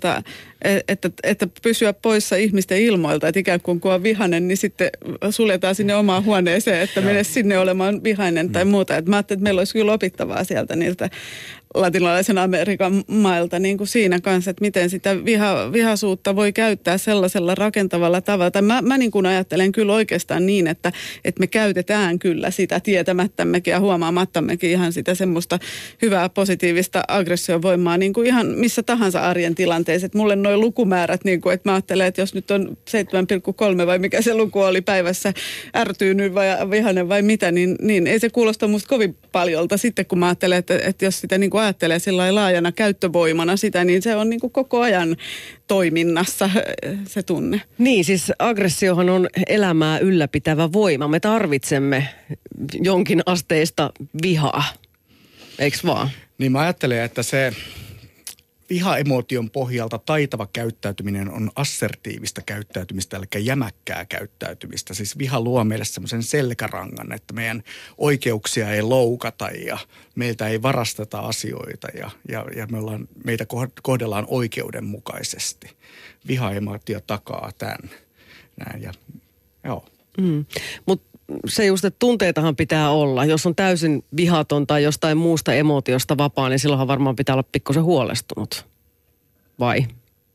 että pysyä poissa ihmisten ilmoilta, että ikään kuin kun on vihainen, niin sitten suljetaan sinne omaan huoneeseen, että mene sinne olemaan vihainen tai muuta. Et mä ajattelin, että meillä olisi kyllä opittavaa sieltä niiltä latinalaisen Amerikan mailta niin kuin siinä kanssa, että miten sitä vihaisuutta voi käyttää sellaisella rakentavalla tavalla. Tai mä niin kuin ajattelen kyllä oikeastaan niin, että me käytetään kyllä sitä tietämättämmekin ja huomaamattammekin ihan sitä semmoista hyvää positiivista aggressiovoimaa niin kuin ihan missä tahansa arjen tilanteessa. Että mulle nuo lukumäärät, niin kuin, että mä ajattelen, että jos nyt on 7,3 vai mikä se luku oli päivässä ärtynyt vai vihainen vai mitä, niin ei se kuulosta musta kovin paljolta. Sitten kun mä ajattelen, että jos sitä niin kuin ajattelee sillä laajana käyttövoimana sitä, niin se on niin kuin koko ajan toiminnassa se tunne. Niin, siis aggressiohan on elämää ylläpitävä voima. Me tarvitsemme jonkin asteista vihaa, eikö vaan? Niin mä ajattelen, että vihaemotion pohjalta taitava käyttäytyminen on assertiivista käyttäytymistä, eli jämäkkää käyttäytymistä. Siis viha luo meille semmoisen selkärangan, että meidän oikeuksia ei loukata ja meiltä ei varasteta asioita ja meitä kohdellaan oikeudenmukaisesti. Vihaemotio takaa tämän. Näin ja joo. Mutta se just, että tunteitahan pitää olla. Jos on täysin vihaton tai jostain muusta emootiosta vapaa, niin silloinhan varmaan pitää olla pikkusen huolestunut. Vai?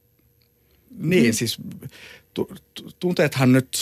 Niin, siis tunteethan nyt,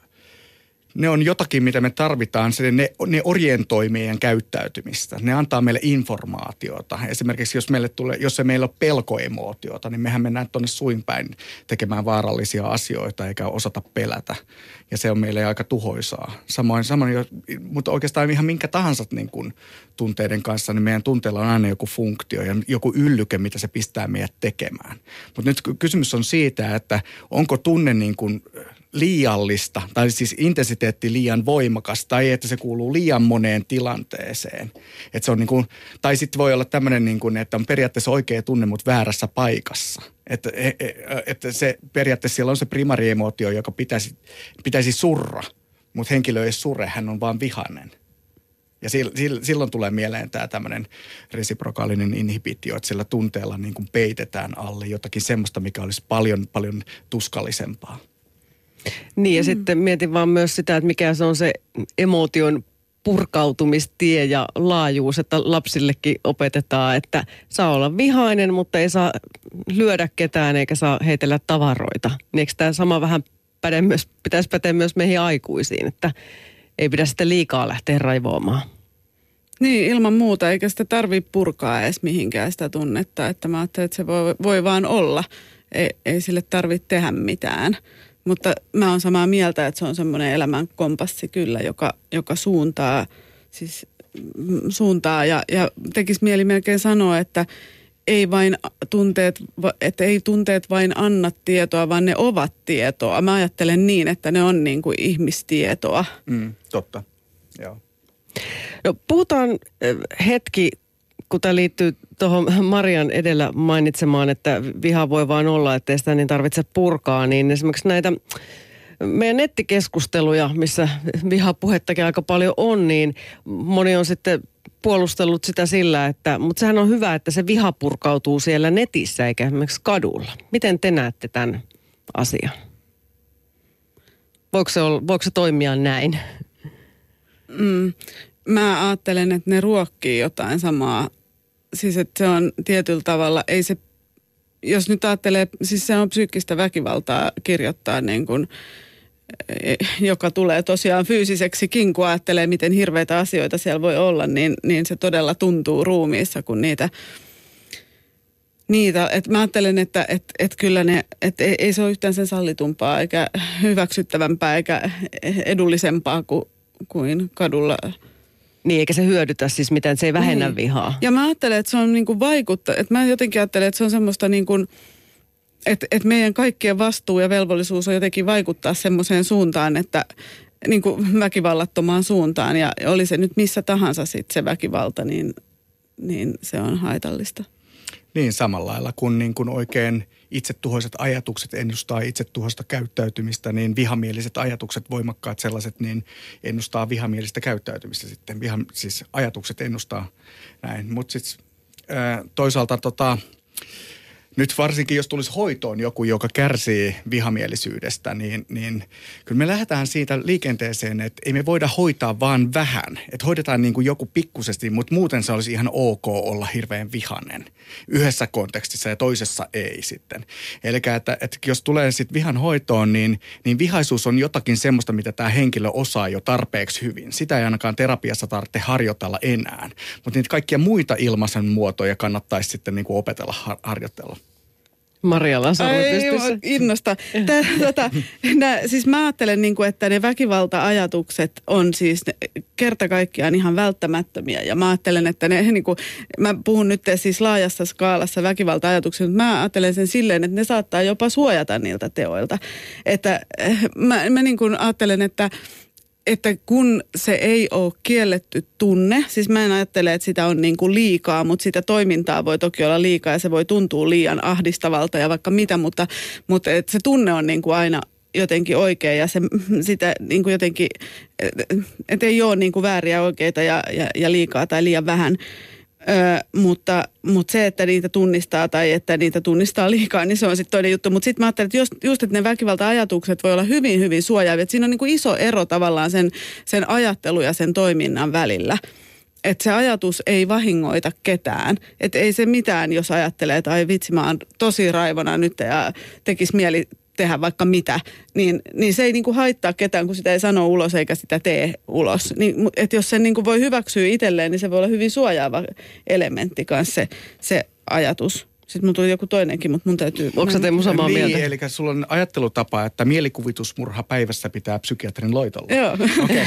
ne on jotakin, mitä me tarvitaan. Ne orientoi meidän käyttäytymistä. Ne antaa meille informaatiota. Esimerkiksi jos ei meillä ole pelkoemootiota, niin mehän mennään tuonne suinpäin tekemään vaarallisia asioita eikä osata pelätä. Ja se on meille aika tuhoisaa. Samoin, mutta oikeastaan ihan minkä tahansa niin kuin tunteiden kanssa, niin meidän tunteilla on aina joku funktio ja joku yllyke, mitä se pistää meidät tekemään. Mutta nyt kysymys on siitä, että onko tunne niin kuin liiallista, tai siis intensiteetti liian voimakas, tai että se kuuluu liian moneen tilanteeseen. Että se on niin kuin, tai sitten voi olla tämmöinen, niin kuin, että on periaatteessa oikea tunne, mutta väärässä paikassa. Että se periaatteessa siellä on se primäriemotio, joka pitäisi surra, mutta henkilö ei surre, hän on vaan vihainen. Ja silloin tulee mieleen tämä tämmöinen resiprokaalinen inhibitio, että sillä tunteella niin kuin peitetään alle jotakin semmoista, mikä olisi paljon, paljon tuskallisempaa. Niin ja sitten mietin vaan myös sitä, että mikä se on se emootion purkautumistie ja laajuus, että lapsillekin opetetaan, että saa olla vihainen, mutta ei saa lyödä ketään eikä saa heitellä tavaroita. Niin eikö tämä sama vähän pitäisi päteä myös meihin aikuisiin, että ei pidä sitä liikaa lähteä raivoamaan? Niin, ilman muuta, eikä sitä tarvitse purkaa edes mihinkään sitä tunnetta, että mä ajattelen, että se voi vaan olla, ei sille tarvitse tehdä mitään. Mutta mä oon samaa mieltä, että se on semmoinen elämän kompassi kyllä, joka suuntaa ja tekisi mieli melkein sanoa, että ei tunteet vain anna tietoa, vaan ne ovat tietoa. Mä ajattelen niin, että ne on niin kuin ihmistietoa. Totta, joo. No, puhutaan hetki, kun tämä liittyy tuohon Marian edellä mainitsemaan, että viha voi vaan olla, ettei sitä niin tarvitse purkaa, niin esimerkiksi näitä meidän nettikeskusteluja, missä vihapuhettakin aika paljon on, niin moni on sitten puolustellut sitä sillä, että, mutta sehän on hyvä, että se viha purkautuu siellä netissä eikä esimerkiksi kadulla. Miten te näette tämän asian? Voiko se toimia näin? Mä ajattelen, että ne ruokkii jotain samaa. Siis että se on tietyllä tavalla, ei se, jos nyt ajattelee, siis se on psyykkistä väkivaltaa kirjoittaa niin kuin, joka tulee tosiaan fyysiseksikin, kun ajattelee, miten hirveitä asioita siellä voi olla, niin se todella tuntuu ruumiissa, kun niitä että mä ajattelen, että kyllä että ei se ole yhtään sen sallitumpaa, eikä hyväksyttävämpää, eikä edullisempaa kuin kadulla. Niin, eikä se hyödytä siis mitään, se ei vähennä vihaa. Ja mä ajattelen, että se on niin kuin että mä jotenkin ajattelen, että se on semmoista niin kuin, että meidän kaikkien vastuu ja velvollisuus on jotenkin vaikuttaa semmoiseen suuntaan, että niin kuin väkivallattomaan suuntaan. Ja oli se nyt missä tahansa sitten se väkivalta, niin se on haitallista. Niin, samalla lailla kun, niin kuin oikein itsetuhoiset ajatukset ennustaa itsetuhoista käyttäytymistä, niin vihamieliset ajatukset, voimakkaat sellaiset, niin ennustaa vihamielistä käyttäytymistä sitten. Siis ajatukset ennustaa näin. Mutta sitten toisaalta nyt varsinkin, jos tulisi hoitoon joku, joka kärsii vihamielisyydestä, niin kyllä me lähdetään siitä liikenteeseen, että ei me voida hoitaa vaan vähän. Että hoidetaan niin kuin joku pikkusesti, mutta muuten se olisi ihan ok olla hirveän vihainen. Yhdessä kontekstissa ja toisessa ei sitten. Eli että jos tulee sitten vihan hoitoon, niin vihaisuus on jotakin semmoista, mitä tämä henkilö osaa jo tarpeeksi hyvin. Sitä ei ainakaan terapiassa tarvitse harjoitella enää. Mutta niitä kaikkia muita ilmaisen muotoja kannattaisi sitten niin kuin opetella harjoitella. Marjalla sarvi pystyssä. Innosta. Siis mä ajattelen, että ne väkivalta-ajatukset on siis kerta kaikkiaan ihan välttämättömiä. Ja mä ajattelen, että mä puhun nyt siis laajassa skaalassa väkivalta-ajatuksia, mutta mä ajattelen sen silleen, että ne saattaa jopa suojata niiltä teoilta. Että mä ajattelen, että että kun se ei ole kielletty tunne, siis mä en ajattele, että sitä on niin kuin liikaa, mutta sitä toimintaa voi toki olla liikaa ja se voi tuntua liian ahdistavalta ja vaikka mitä, mutta että se tunne on niin kuin aina jotenkin oikein ja sitä niin kuin jotenkin, että ei ole niin kuin vääriä oikeita ja liikaa tai liian vähän. Mutta se, että niitä tunnistaa tai että niitä tunnistaa liikaa, niin se on sitten toinen juttu. Mutta sitten mä ajattelin, että just että ne väkivalta-ajatukset voi olla hyvin, hyvin suojaavia. Siinä on niin kuin iso ero tavallaan sen ajattelu ja sen toiminnan välillä. Että se ajatus ei vahingoita ketään. Että ei se mitään, jos ajattelee, että ai vitsi, mä oon tosi raivona nyt ja tekisi mieli tehdä vaikka mitä, niin se ei niinku haittaa ketään, kun sitä ei sano ulos eikä sitä tee ulos. Niin, että jos sen niinku voi hyväksyä itselleen, niin se voi olla hyvin suojaava elementti kanssa se ajatus. Sitten mun tuli joku toinenkin, mutta mun täytyy... Onko sä Teemu samaa mieltä? Eli sulla on ajattelutapa, että mielikuvitusmurha päivässä pitää psykiatrin loitolla. Joo. Okei.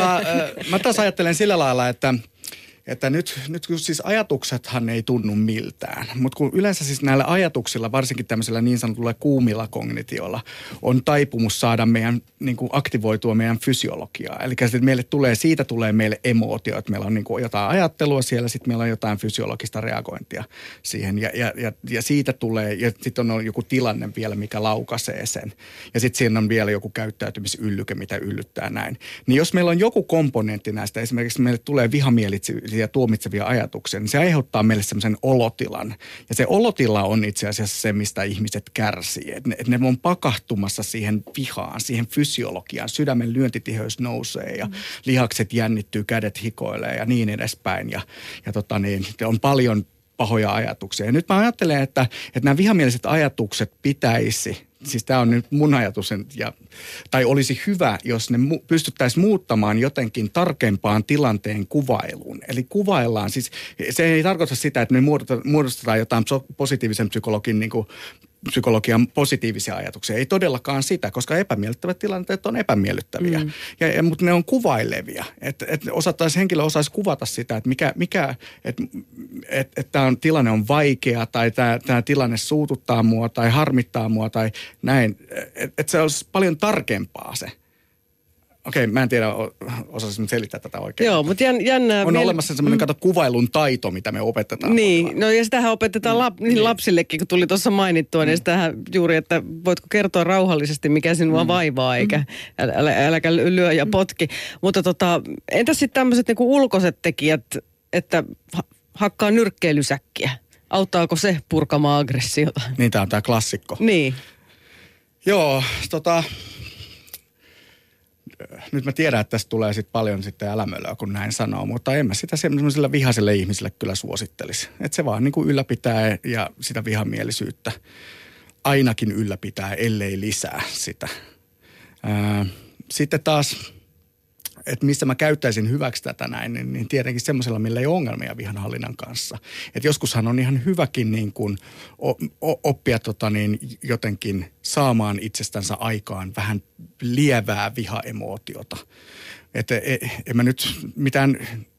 Mä taas ajattelen sillä lailla, että nyt siis ajatuksethan ei tunnu miltään, mutta kun yleensä siis näillä ajatuksilla, varsinkin tämmöisellä niin sanotulla kuumilla kognitiolla, on taipumus saada meidän, niin kuin aktivoitua meidän fysiologiaa. Eli siitä tulee meille emootio, että meillä on niin kuin jotain ajattelua siellä, sitten meillä on jotain fysiologista reagointia siihen ja siitä tulee, ja sitten on joku tilanne vielä, mikä laukaisee sen. Ja sitten siinä on vielä joku käyttäytymisyllyke, mitä yllyttää näin. Niin jos meillä on joku komponentti näistä, esimerkiksi meille tulee vihamielisiä ja tuomitsevia ajatuksia, niin se aiheuttaa meille semmoisen olotilan. Ja se olotila on itse asiassa se, mistä ihmiset kärsii. Että ne on pakahtumassa siihen vihaan, siihen fysiologiaan. Sydämen lyöntitiheys nousee ja lihakset jännittyy, kädet hikoilee ja niin edespäin. Ja on paljon pahoja ajatuksia. Ja nyt mä ajattelen, että nämä vihamieliset ajatukset pitäisi, siis tämä on nyt mun ajatus, tai olisi hyvä, jos ne pystyttäisiin muuttamaan jotenkin tarkempaan tilanteen kuvailuun. Eli kuvaillaan, siis se ei tarkoita sitä, että me muodostetaan jotain positiivisen psykologian positiivisia ajatuksia. Ei todellakaan sitä, koska epämiellyttävät tilanteet on epämiellyttäviä, mutta ne on kuvailevia. Että henkilö osaisi kuvata sitä, että että tämä tilanne on vaikea tai tämä tilanne suututtaa mua tai harmittaa mua tai näin. Että se olisi paljon tarkempaa se. Okei, mä en tiedä, osasin selittää tätä oikein. Joo, mutta jännää... On olemassa semmoinen, kuvailun taito, mitä me opetetaan. Niin, no ja sitähän opetetaan lapsillekin, kun tuli tuossa mainittua, niin sitähän juuri, että voitko kertoa rauhallisesti, mikä sinua vaivaa, eikä äläkä lyö ja potki. Mutta entäs sitten tämmöiset niinku ulkoiset tekijät, että hakkaa nyrkkeilysäkkiä? Auttaako se purkamaan aggressiota? Niin, tämä on tämä klassikko. Niin. Joo, nyt mä tiedän, että tästä tulee sitten paljon sitten älämölöä, kun näin sanoo, mutta en mä sitä semmoiselle vihaiselle ihmiselle kyllä suosittelisi. Että se vaan niin kuin ylläpitää ja sitä vihamielisyyttä ainakin ylläpitää, ellei lisää sitä. Sitten taas, että missä mä käyttäisin hyväksi tätä näin, niin tietenkin semmoisella, millä ei ole ongelmia vihanhallinnan kanssa. Että joskushan on ihan hyväkin niin kuin oppia jotenkin saamaan itsestänsä aikaan vähän lievää vihaemootiota. Että en mä nyt mitään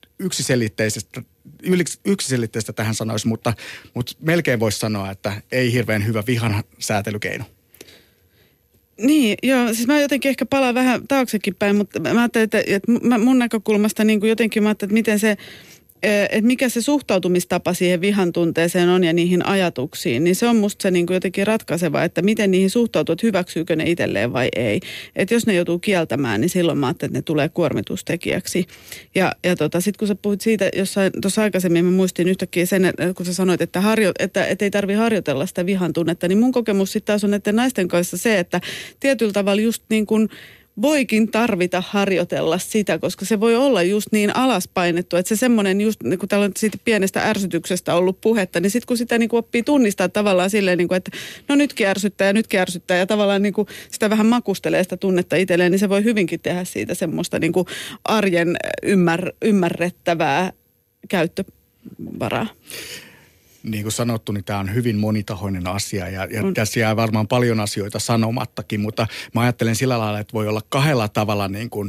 yksiselitteistä tähän sanoisi, mutta melkein voisi sanoa, että ei hirveän hyvä vihan säätelykeino. Niin, joo, siis mä jotenkin ehkä palaan vähän taaksekin päin, mutta mä ajattelin, että mun näkökulmasta niin kuin jotenkin mä ajattelin, että miten se, että mikä se suhtautumistapa siihen vihan tunteeseen on ja niihin ajatuksiin, niin se on musta se niin kuin jotenkin ratkaiseva, että miten niihin suhtautuu, että hyväksyykö ne itselleen vai ei. Että jos ne joutuu kieltämään, niin silloin mä ajattelin, että ne tulee kuormitustekijäksi. Ja sitten kun sä puhuit siitä, tuossa aikaisemmin mä muistin yhtäkkiä sen, että kun sä sanoit, että ei tarvitse harjoitella sitä vihan tunnetta, niin mun kokemus sitten taas on näiden naisten kanssa se, että tietyllä tavalla just niin kuin voikin tarvita harjoitella sitä, koska se voi olla just niin alaspainettu, että se semmoinen just, kun täällä on siitä pienestä ärsytyksestä ollut puhetta, niin sitten kun sitä niin kuin oppii tunnistaa tavallaan silleen, niin kuin, että no nytkin ärsyttää ja tavallaan niin kuin sitä vähän makustelee sitä tunnetta itselleen, niin se voi hyvinkin tehdä siitä semmoista niin kuin arjen ymmärrettävää käyttövaraa. Niin kuin sanottu, niin tämä on hyvin monitahoinen asia ja tässä jää varmaan paljon asioita sanomattakin, mutta mä ajattelen sillä lailla, että voi olla kahdella tavalla niin kuin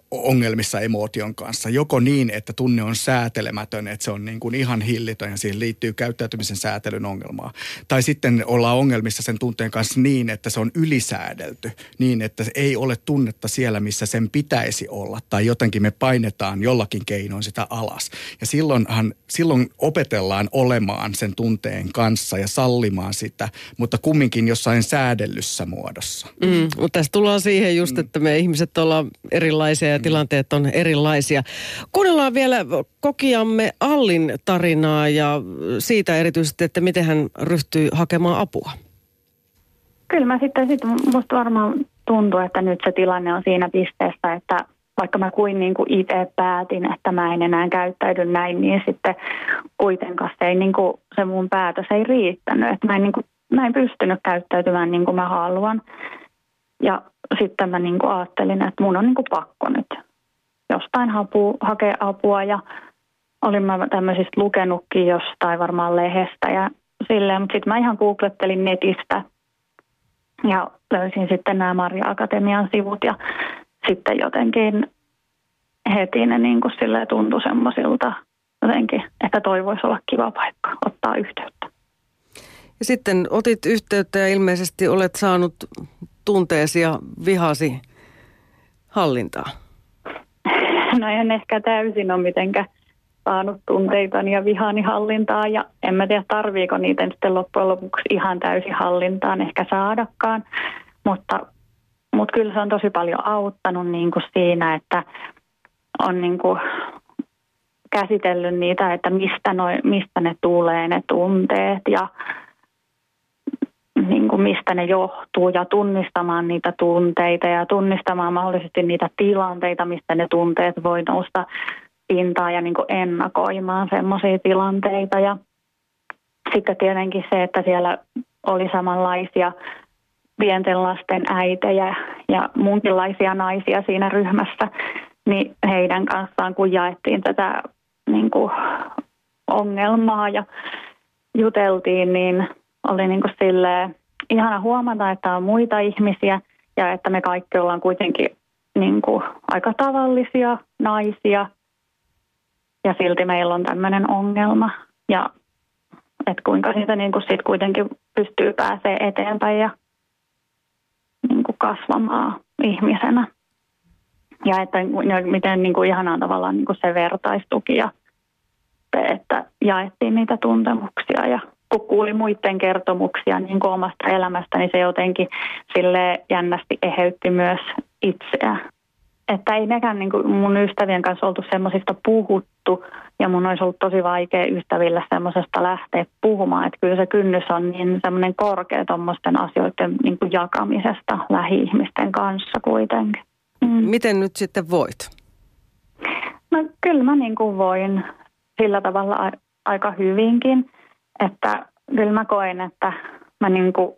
ongelmissa emootion kanssa. Joko niin, että tunne on säätelemätön, että se on niin kuin ihan hillitön ja siihen liittyy käyttäytymisen säätelyn ongelmaa. Tai sitten ollaan ongelmissa sen tunteen kanssa niin, että se on ylisäädelty, niin että ei ole tunnetta siellä, missä sen pitäisi olla. Tai jotenkin me painetaan jollakin keinoin sitä alas. Ja silloin opetellaan olemaan sen tunteen kanssa ja sallimaan sitä, mutta kumminkin jossain säädellyssä muodossa. Mutta tässä tullaan siihen just, että me ihmiset ollaan erilaisia ja tilanteet on erilaisia. Kuunnellaan vielä kokijamme Allin tarinaa ja siitä erityisesti, että miten hän ryhtyy hakemaan apua. Kyllä mä sitten musta varmaan tuntuu, että nyt se tilanne on siinä pisteessä, että vaikka mä niin kuin itse päätin, että mä en enää käyttäydy näin, niin sitten kuitenkaan se, ei, niin kuin, se mun päätös ei riittänyt. Että mä en pystynyt käyttäytymään niin kuin mä haluan. Ja sitten mä niin kuin ajattelin, että mun on niin kuin pakko nyt jostain hakea apua. Ja olin mä tämmöisistä lukenutkin jostain varmaan lehdestä ja silleen. Mutta sitten mä ihan googlettelin netistä ja löysin sitten nämä Marja Akatemian sivut ja sitten jotenkin heti ne niin kuin silleen tuntui semmoisilta jotenkin, että toi voisi olla kiva paikka ottaa yhteyttä. Ja sitten otit yhteyttä ja ilmeisesti olet saanut tunteesi ja vihasi hallintaa. No en ehkä täysin ole mitenkään saanut tunteitani ja vihani hallintaa ja en mä tiedä tarviiko niitä sitten loppujen lopuksi ihan täysin hallintaan ehkä saadakaan, mutta kyllä se on tosi paljon auttanut niin kuin siinä, että on niin kuin käsitellyt niitä, että mistä ne tulee ne tunteet ja niin kuin mistä ne johtuu ja tunnistamaan niitä tunteita ja tunnistamaan mahdollisesti niitä tilanteita, mistä ne tunteet voi nousta pintaan ja niin kuin ennakoimaan semmoisia tilanteita. Ja sitten tietenkin se, että siellä oli samanlaisia pienten lasten äitejä ja muunkinlaisia naisia siinä ryhmässä, niin heidän kanssaan kun jaettiin tätä niin kuin ongelmaa ja juteltiin, niin oli niin kuin silleen ihana huomata, että on muita ihmisiä ja että me kaikki ollaan kuitenkin niin kuin aika tavallisia naisia ja silti meillä on tämmöinen ongelma ja että kuinka siitä niin kuin sit kuitenkin pystyy pääsemään eteenpäin ja niin kuin kasvamaan ihmisenä. Ja että miten niin kuin ihanaa tavallaan niin kuin se vertaistuki ja se, että jaettiin niitä tuntemuksia ja kun kuuli muiden kertomuksia niin kuin omasta elämästä, niin se jotenkin silleen jännästi eheytti myös itseä. Että ei mekään niin kuin mun ystävien kanssa oltu semmoisista puhuttu ja mun olisi ollut tosi vaikea ystävillä semmoisesta lähteä puhumaan. Että kyllä se kynnys on niin semmoinen korkea tuommoisten asioiden niin kuin jakamisesta lähi-ihmisten kanssa kuitenkin. Miten nyt sitten voit? No kyllä mä niin kuin voin sillä tavalla aika hyvinkin, että kyllä mä koen, että mä niin kuin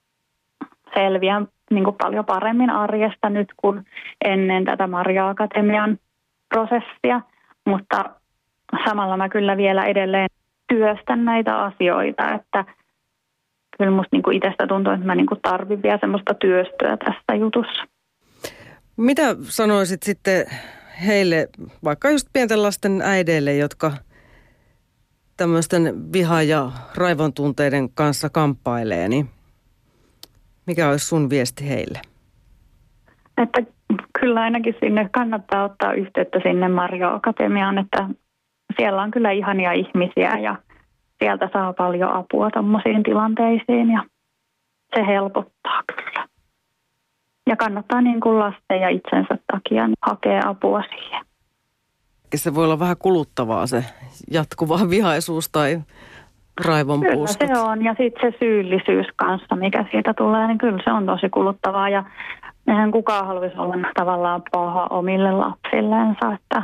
selviän niin kuin paljon paremmin arjesta nyt kuin ennen tätä Marja Akatemian prosessia, mutta samalla mä kyllä vielä edelleen työstän näitä asioita, että kyllä musta niin kuin itsestä tuntuu, että mä niin kuin tarvitsen vielä semmoista työstöä tässä jutussa. Mitä sanoisit sitten heille, vaikka just pienten lasten äideille, jotka tämmöisten viha- ja raivon tunteiden kanssa kamppailee, niin mikä olisi sun viesti heille? Että kyllä ainakin sinne kannattaa ottaa yhteyttä sinne Marja Akatemiaan, että siellä on kyllä ihania ihmisiä ja sieltä saa paljon apua tommosiin tilanteisiin ja se helpottaa kyllä. Ja kannattaa niin kuin lasten ja itsensä takia niin hakea apua siihen. Se voi olla vähän kuluttavaa se jatkuva vihaisuus tai raivon puuskat. Kyllä se on ja sitten se syyllisyys kanssa, mikä siitä tulee, niin kyllä se on tosi kuluttavaa. Ja eihän kukaan haluaisi olla tavallaan paha omille lapsilleensa, että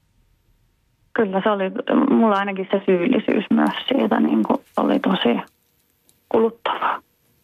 kyllä se oli, mulla ainakin se syyllisyys myös siitä niin kuin oli tosi kuluttavaa.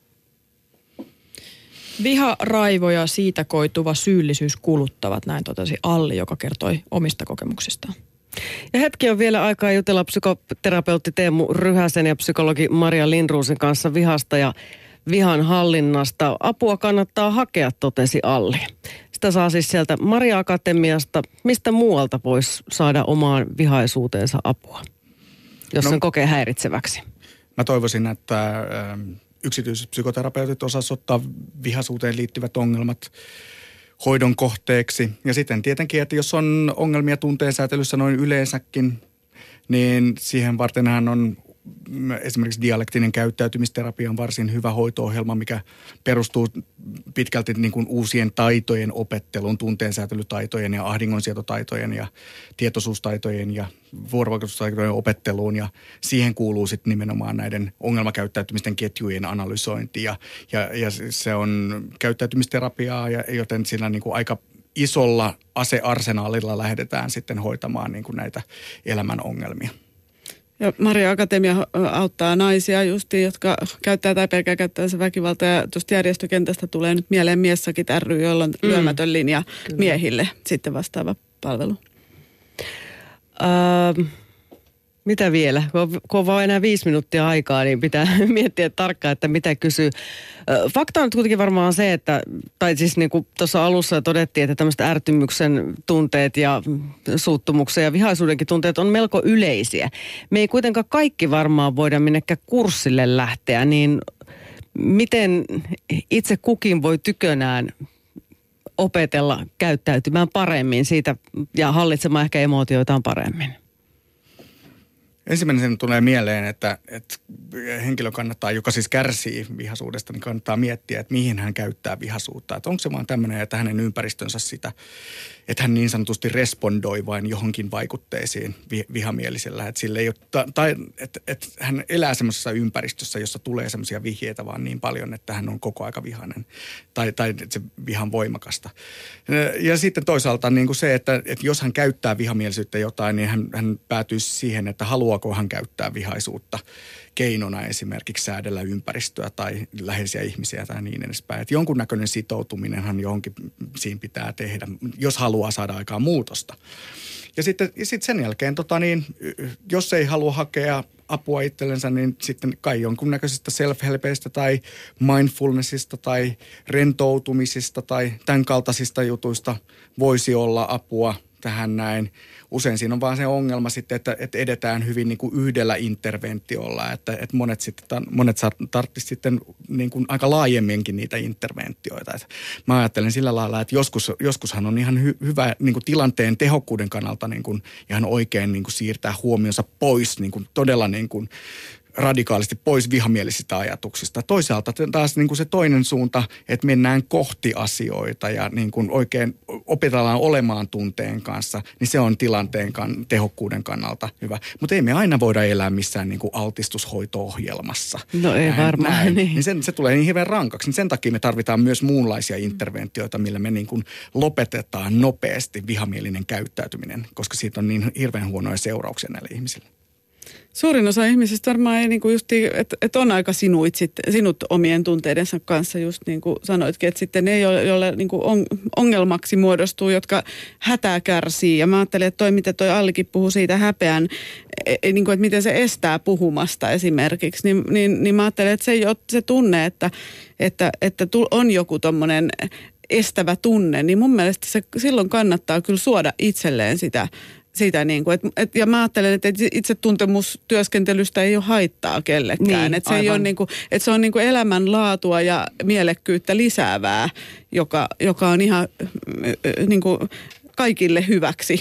Viha, raivo ja siitä koituva syyllisyys kuluttavat, näin totesi Alli, joka kertoi omista kokemuksistaan. Ja hetki on vielä aikaa jutella psykoterapeutti Teemu Ryhäsen ja psykologi Maria Lindrosin kanssa vihasta ja vihan hallinnasta. Apua kannattaa hakea, totesi Alli. Sitä saa siis sieltä Maria Akatemiasta. Mistä muualta voisi saada omaan vihaisuuteensa apua, jos sen kokee häiritseväksi? Mä toivoisin, että yksityiset psykoterapeutit osaisivat ottaa vihaisuuteen liittyvät ongelmat hoidon kohteeksi. Ja sitten tietenkin, että jos on ongelmia tunteensäätelyssä noin yleensäkin, niin siihen vartenhan on esimerkiksi dialektinen käyttäytymisterapia on varsin hyvä hoito-ohjelma, mikä perustuu pitkälti niin kuin uusien taitojen opetteluun, tunteensäätelytaitojen ja ahdingonsietotaitojen ja tietoisuustaitojen ja vuorovaikutustaitojen opetteluun. Ja siihen kuuluu sitten nimenomaan näiden ongelmakäyttäytymisten ketjujen analysointi ja se on käyttäytymisterapiaa, joten sillä niin kuin aika isolla asearsenaalilla lähdetään sitten hoitamaan niin kuin näitä elämän ongelmia. Ja Maria Akatemia auttaa naisia justiin, jotka käyttää tai pelkää käyttävänsä väkivaltaa. Ja tuosta järjestökentästä tulee nyt mieleen Miessäkin ry, jolla on lyömätön linja miehille sitten vastaava palvelu. Mitä vielä? Kun on vaan enää 5 minuuttia aikaa, niin pitää miettiä tarkkaan, että mitä kysyy. Fakta on kuitenkin varmaan se, että, tai siis niin kuin tuossa alussa todettiin, että tämmöiset ärtymyksen tunteet ja suuttumuksen ja vihaisuudenkin tunteet on melko yleisiä. Me ei kuitenkaan kaikki varmaan voida minnekään kurssille lähteä, niin miten itse kukin voi tykönään opetella käyttäytymään paremmin siitä ja hallitsemaan ehkä emootioitaan paremmin? Ensimmäinen tulee mieleen, että henkilö kannattaa, joka siis kärsii vihaisuudesta, niin kannattaa miettiä, että mihin hän käyttää vihaisuutta. Että onko se vaan tämmöinen, että hänen ympäristönsä sitä, että hän niin sanotusti respondoi vain johonkin vaikutteisiin vihamielisellä. Että sille ei ole, tai että hän elää semmoisessa ympäristössä, jossa tulee semmoisia vihjeitä vaan niin paljon, että hän on koko aika vihainen. Tai se vihan voimakasta. Ja sitten toisaalta niin kuin se, että jos hän käyttää vihamielisyyttä jotain, niin hän päätyisi siihen, että haluaako hän käyttää vihaisuutta keinona esimerkiksi säädellä ympäristöä tai läheisiä ihmisiä tai niin edespäin. Että jonkunnäköinen sitoutuminenhan johonkin siinä pitää tehdä, jos haluaa saada aikaan muutosta. Ja sitten sen jälkeen, jos ei halua hakea apua itsellensä, niin sitten kai jonkunnäköisestä self-helpeistä tai mindfulnessista tai rentoutumisista tai tämän kaltaisista jutuista voisi olla apua tähän näin. Usein siinä on vaan se ongelma sitten, että edetään hyvin niin kuin yhdellä interventiolla, että monet tarvitsisivat sitten niin kuin aika laajemminkin niitä interventioita. Että mä ajattelen sillä lailla, että joskushan on ihan hyvä niin kuin tilanteen tehokkuuden kannalta niin kuin ihan oikein niin kuin siirtää huomionsa pois niin kuin todella niin kuin radikaalisti pois vihamielisistä ajatuksista. Toisaalta taas niin kuin se toinen suunta, että mennään kohti asioita ja niin kuin oikein opetellaan olemaan tunteen kanssa, niin se on tilanteen tehokkuuden kannalta hyvä. Mutta ei me aina voida elää missään niin kuin altistushoito-ohjelmassa. No ei varmaan. Niin se tulee niin hirveän rankaksi. Niin sen takia me tarvitaan myös muunlaisia interventioita, millä me niin kuin lopetetaan nopeasti vihamielinen käyttäytyminen, koska siitä on niin hirveän huonoja seurauksia näille ihmisille. Suurin osa ihmisistä varmaan ei niinku justi, että on aika sinut omien tunteidensa kanssa, just niin kuin sanoitkin, että sitten ne, joille niinku ongelmaksi muodostuu, jotka hätää kärsii. Ja mä ajattelin, että mitä toi Allikin puhuu siitä häpeän, niinku, että miten se estää puhumasta esimerkiksi, niin mä ajattelin, että se tunne, että on joku tommonen estävä tunne, niin mun mielestä se silloin kannattaa kyllä suoda itselleen sitä niin kuin, ja mä ajattelen, että itsetuntemustyöskentelystä ei ole haittaa kellekään. Niin, että se ei ole niin kuin, että se on niin kuin elämänlaatua ja mielekkyyttä lisäävää, joka on ihan niin kuin kaikille hyväksi.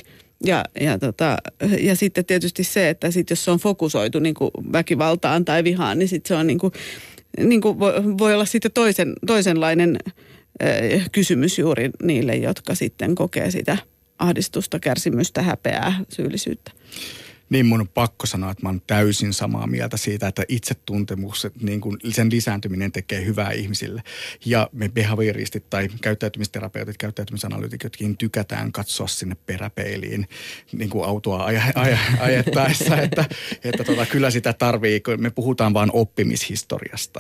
Ja sitten tietysti se, että sit jos se on fokusoitu niin kuin väkivaltaan tai vihaan, niin sitten se on niin kuin voi olla sitten toisenlainen kysymys juuri niille, jotka sitten kokee sitä ahdistusta, kärsimystä, häpeää, syyllisyyttä. Niin mun on pakko sanoa, että mä oon täysin samaa mieltä siitä, että itsetuntemus, niin kuin sen lisääntyminen tekee hyvää ihmisille. Ja me behavioristit tai käyttäytymisterapeutit, käyttäytymisanalyytikotkin tykätään katsoa sinne peräpeiliin niin kuin autoa ajettaessa, että kyllä sitä tarvii, kun me puhutaan vaan oppimishistoriasta.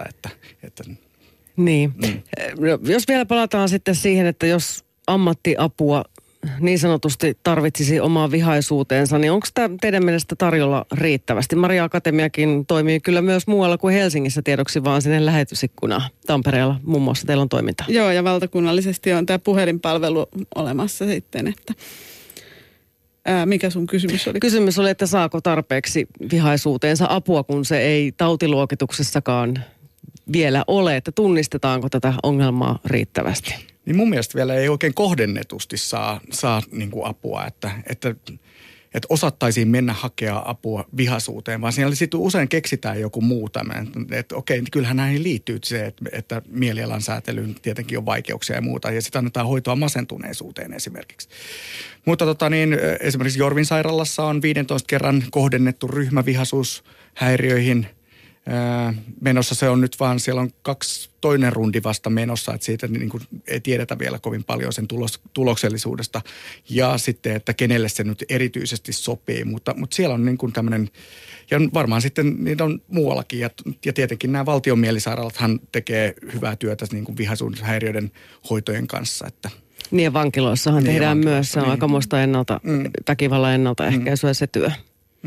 Niin. No, jos vielä palataan sitten siihen, että jos ammattiapua niin sanotusti tarvitsisi omaa vihaisuuteensa, niin onko tämä teidän mielestä tarjolla riittävästi? Maria Akatemiakin toimii kyllä myös muualla kuin Helsingissä, tiedoksi vaan sinne lähetysikkunaan. Tampereella muun muassa teillä on toimintaa. Joo, ja valtakunnallisesti on tämä puhelinpalvelu olemassa sitten, että mikä sun kysymys oli? Kysymys oli, että saako tarpeeksi vihaisuuteensa apua, kun se ei tautiluokituksessakaan vielä ole, että tunnistetaanko tätä ongelmaa riittävästi? Niin mun mielestä vielä ei oikein kohdennetusti saa niin kuin apua, että osattaisiin mennä hakea apua vihaisuuteen, vaan siellä sitten usein keksitään joku muu tämmöinen, että okei, kyllähän näihin liittyy se, että mielialan säätelyyn tietenkin on vaikeuksia ja muuta, ja sitten annetaan hoitoa masentuneisuuteen esimerkiksi. Mutta esimerkiksi Jorvin sairaalassa on 15 kerran kohdennettu ryhmävihaisuushäiriöihin menossa. Se on nyt vaan, siellä on toinen rundi vasta menossa, että siitä niin kuin ei tiedetä vielä kovin paljon sen tuloksellisuudesta. Ja sitten, että kenelle se nyt erityisesti sopii, mutta siellä on niin kuin tämmöinen, ja varmaan sitten niitä on muuallakin. Ja tietenkin nämä valtion mielisairaalathan tekee hyvää työtä niin kuin vihaisuushäiriöiden hoitojen kanssa, että niin ja vankiloissahan tehdään myös, se on aikamoista väkivallan ennaltaehkäisyä se työ.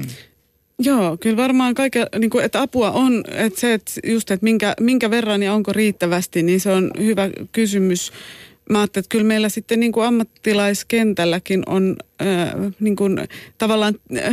Joo, kyllä varmaan niin kuin, että apua on, että se, että just, että minkä verran ja onko riittävästi, niin se on hyvä kysymys. Mä ajattelin, että kyllä meillä sitten niin kuin ammattilaiskentälläkin on niin kuin, tavallaan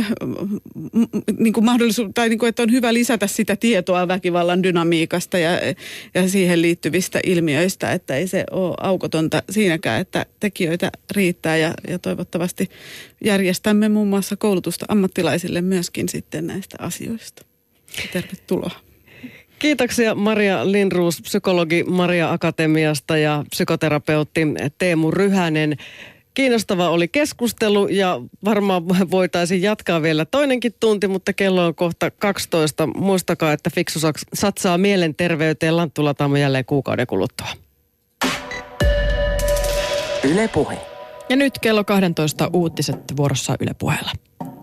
niin kuin mahdollisuus, tai niin kuin, että on hyvä lisätä sitä tietoa väkivallan dynamiikasta ja siihen liittyvistä ilmiöistä, että ei se ole aukotonta siinäkään, että tekijöitä riittää ja toivottavasti järjestämme muun muassa koulutusta ammattilaisille myöskin sitten näistä asioista. Tervetuloa. Kiitoksia Maria Lindroos, psykologi Maria Akatemiasta ja psykoterapeutti Teemu Ryhänen. Kiinnostava oli keskustelu ja varmaan voitaisiin jatkaa vielä toinenkin tunti, mutta kello on kohta 12. Muistakaa, että Fiksu satsaa mielenterveyteen. Lanttu lataamme jälleen kuukauden kuluttua. Yle Puhe. Ja nyt kello 12 uutiset vuorossa Yle Puheella.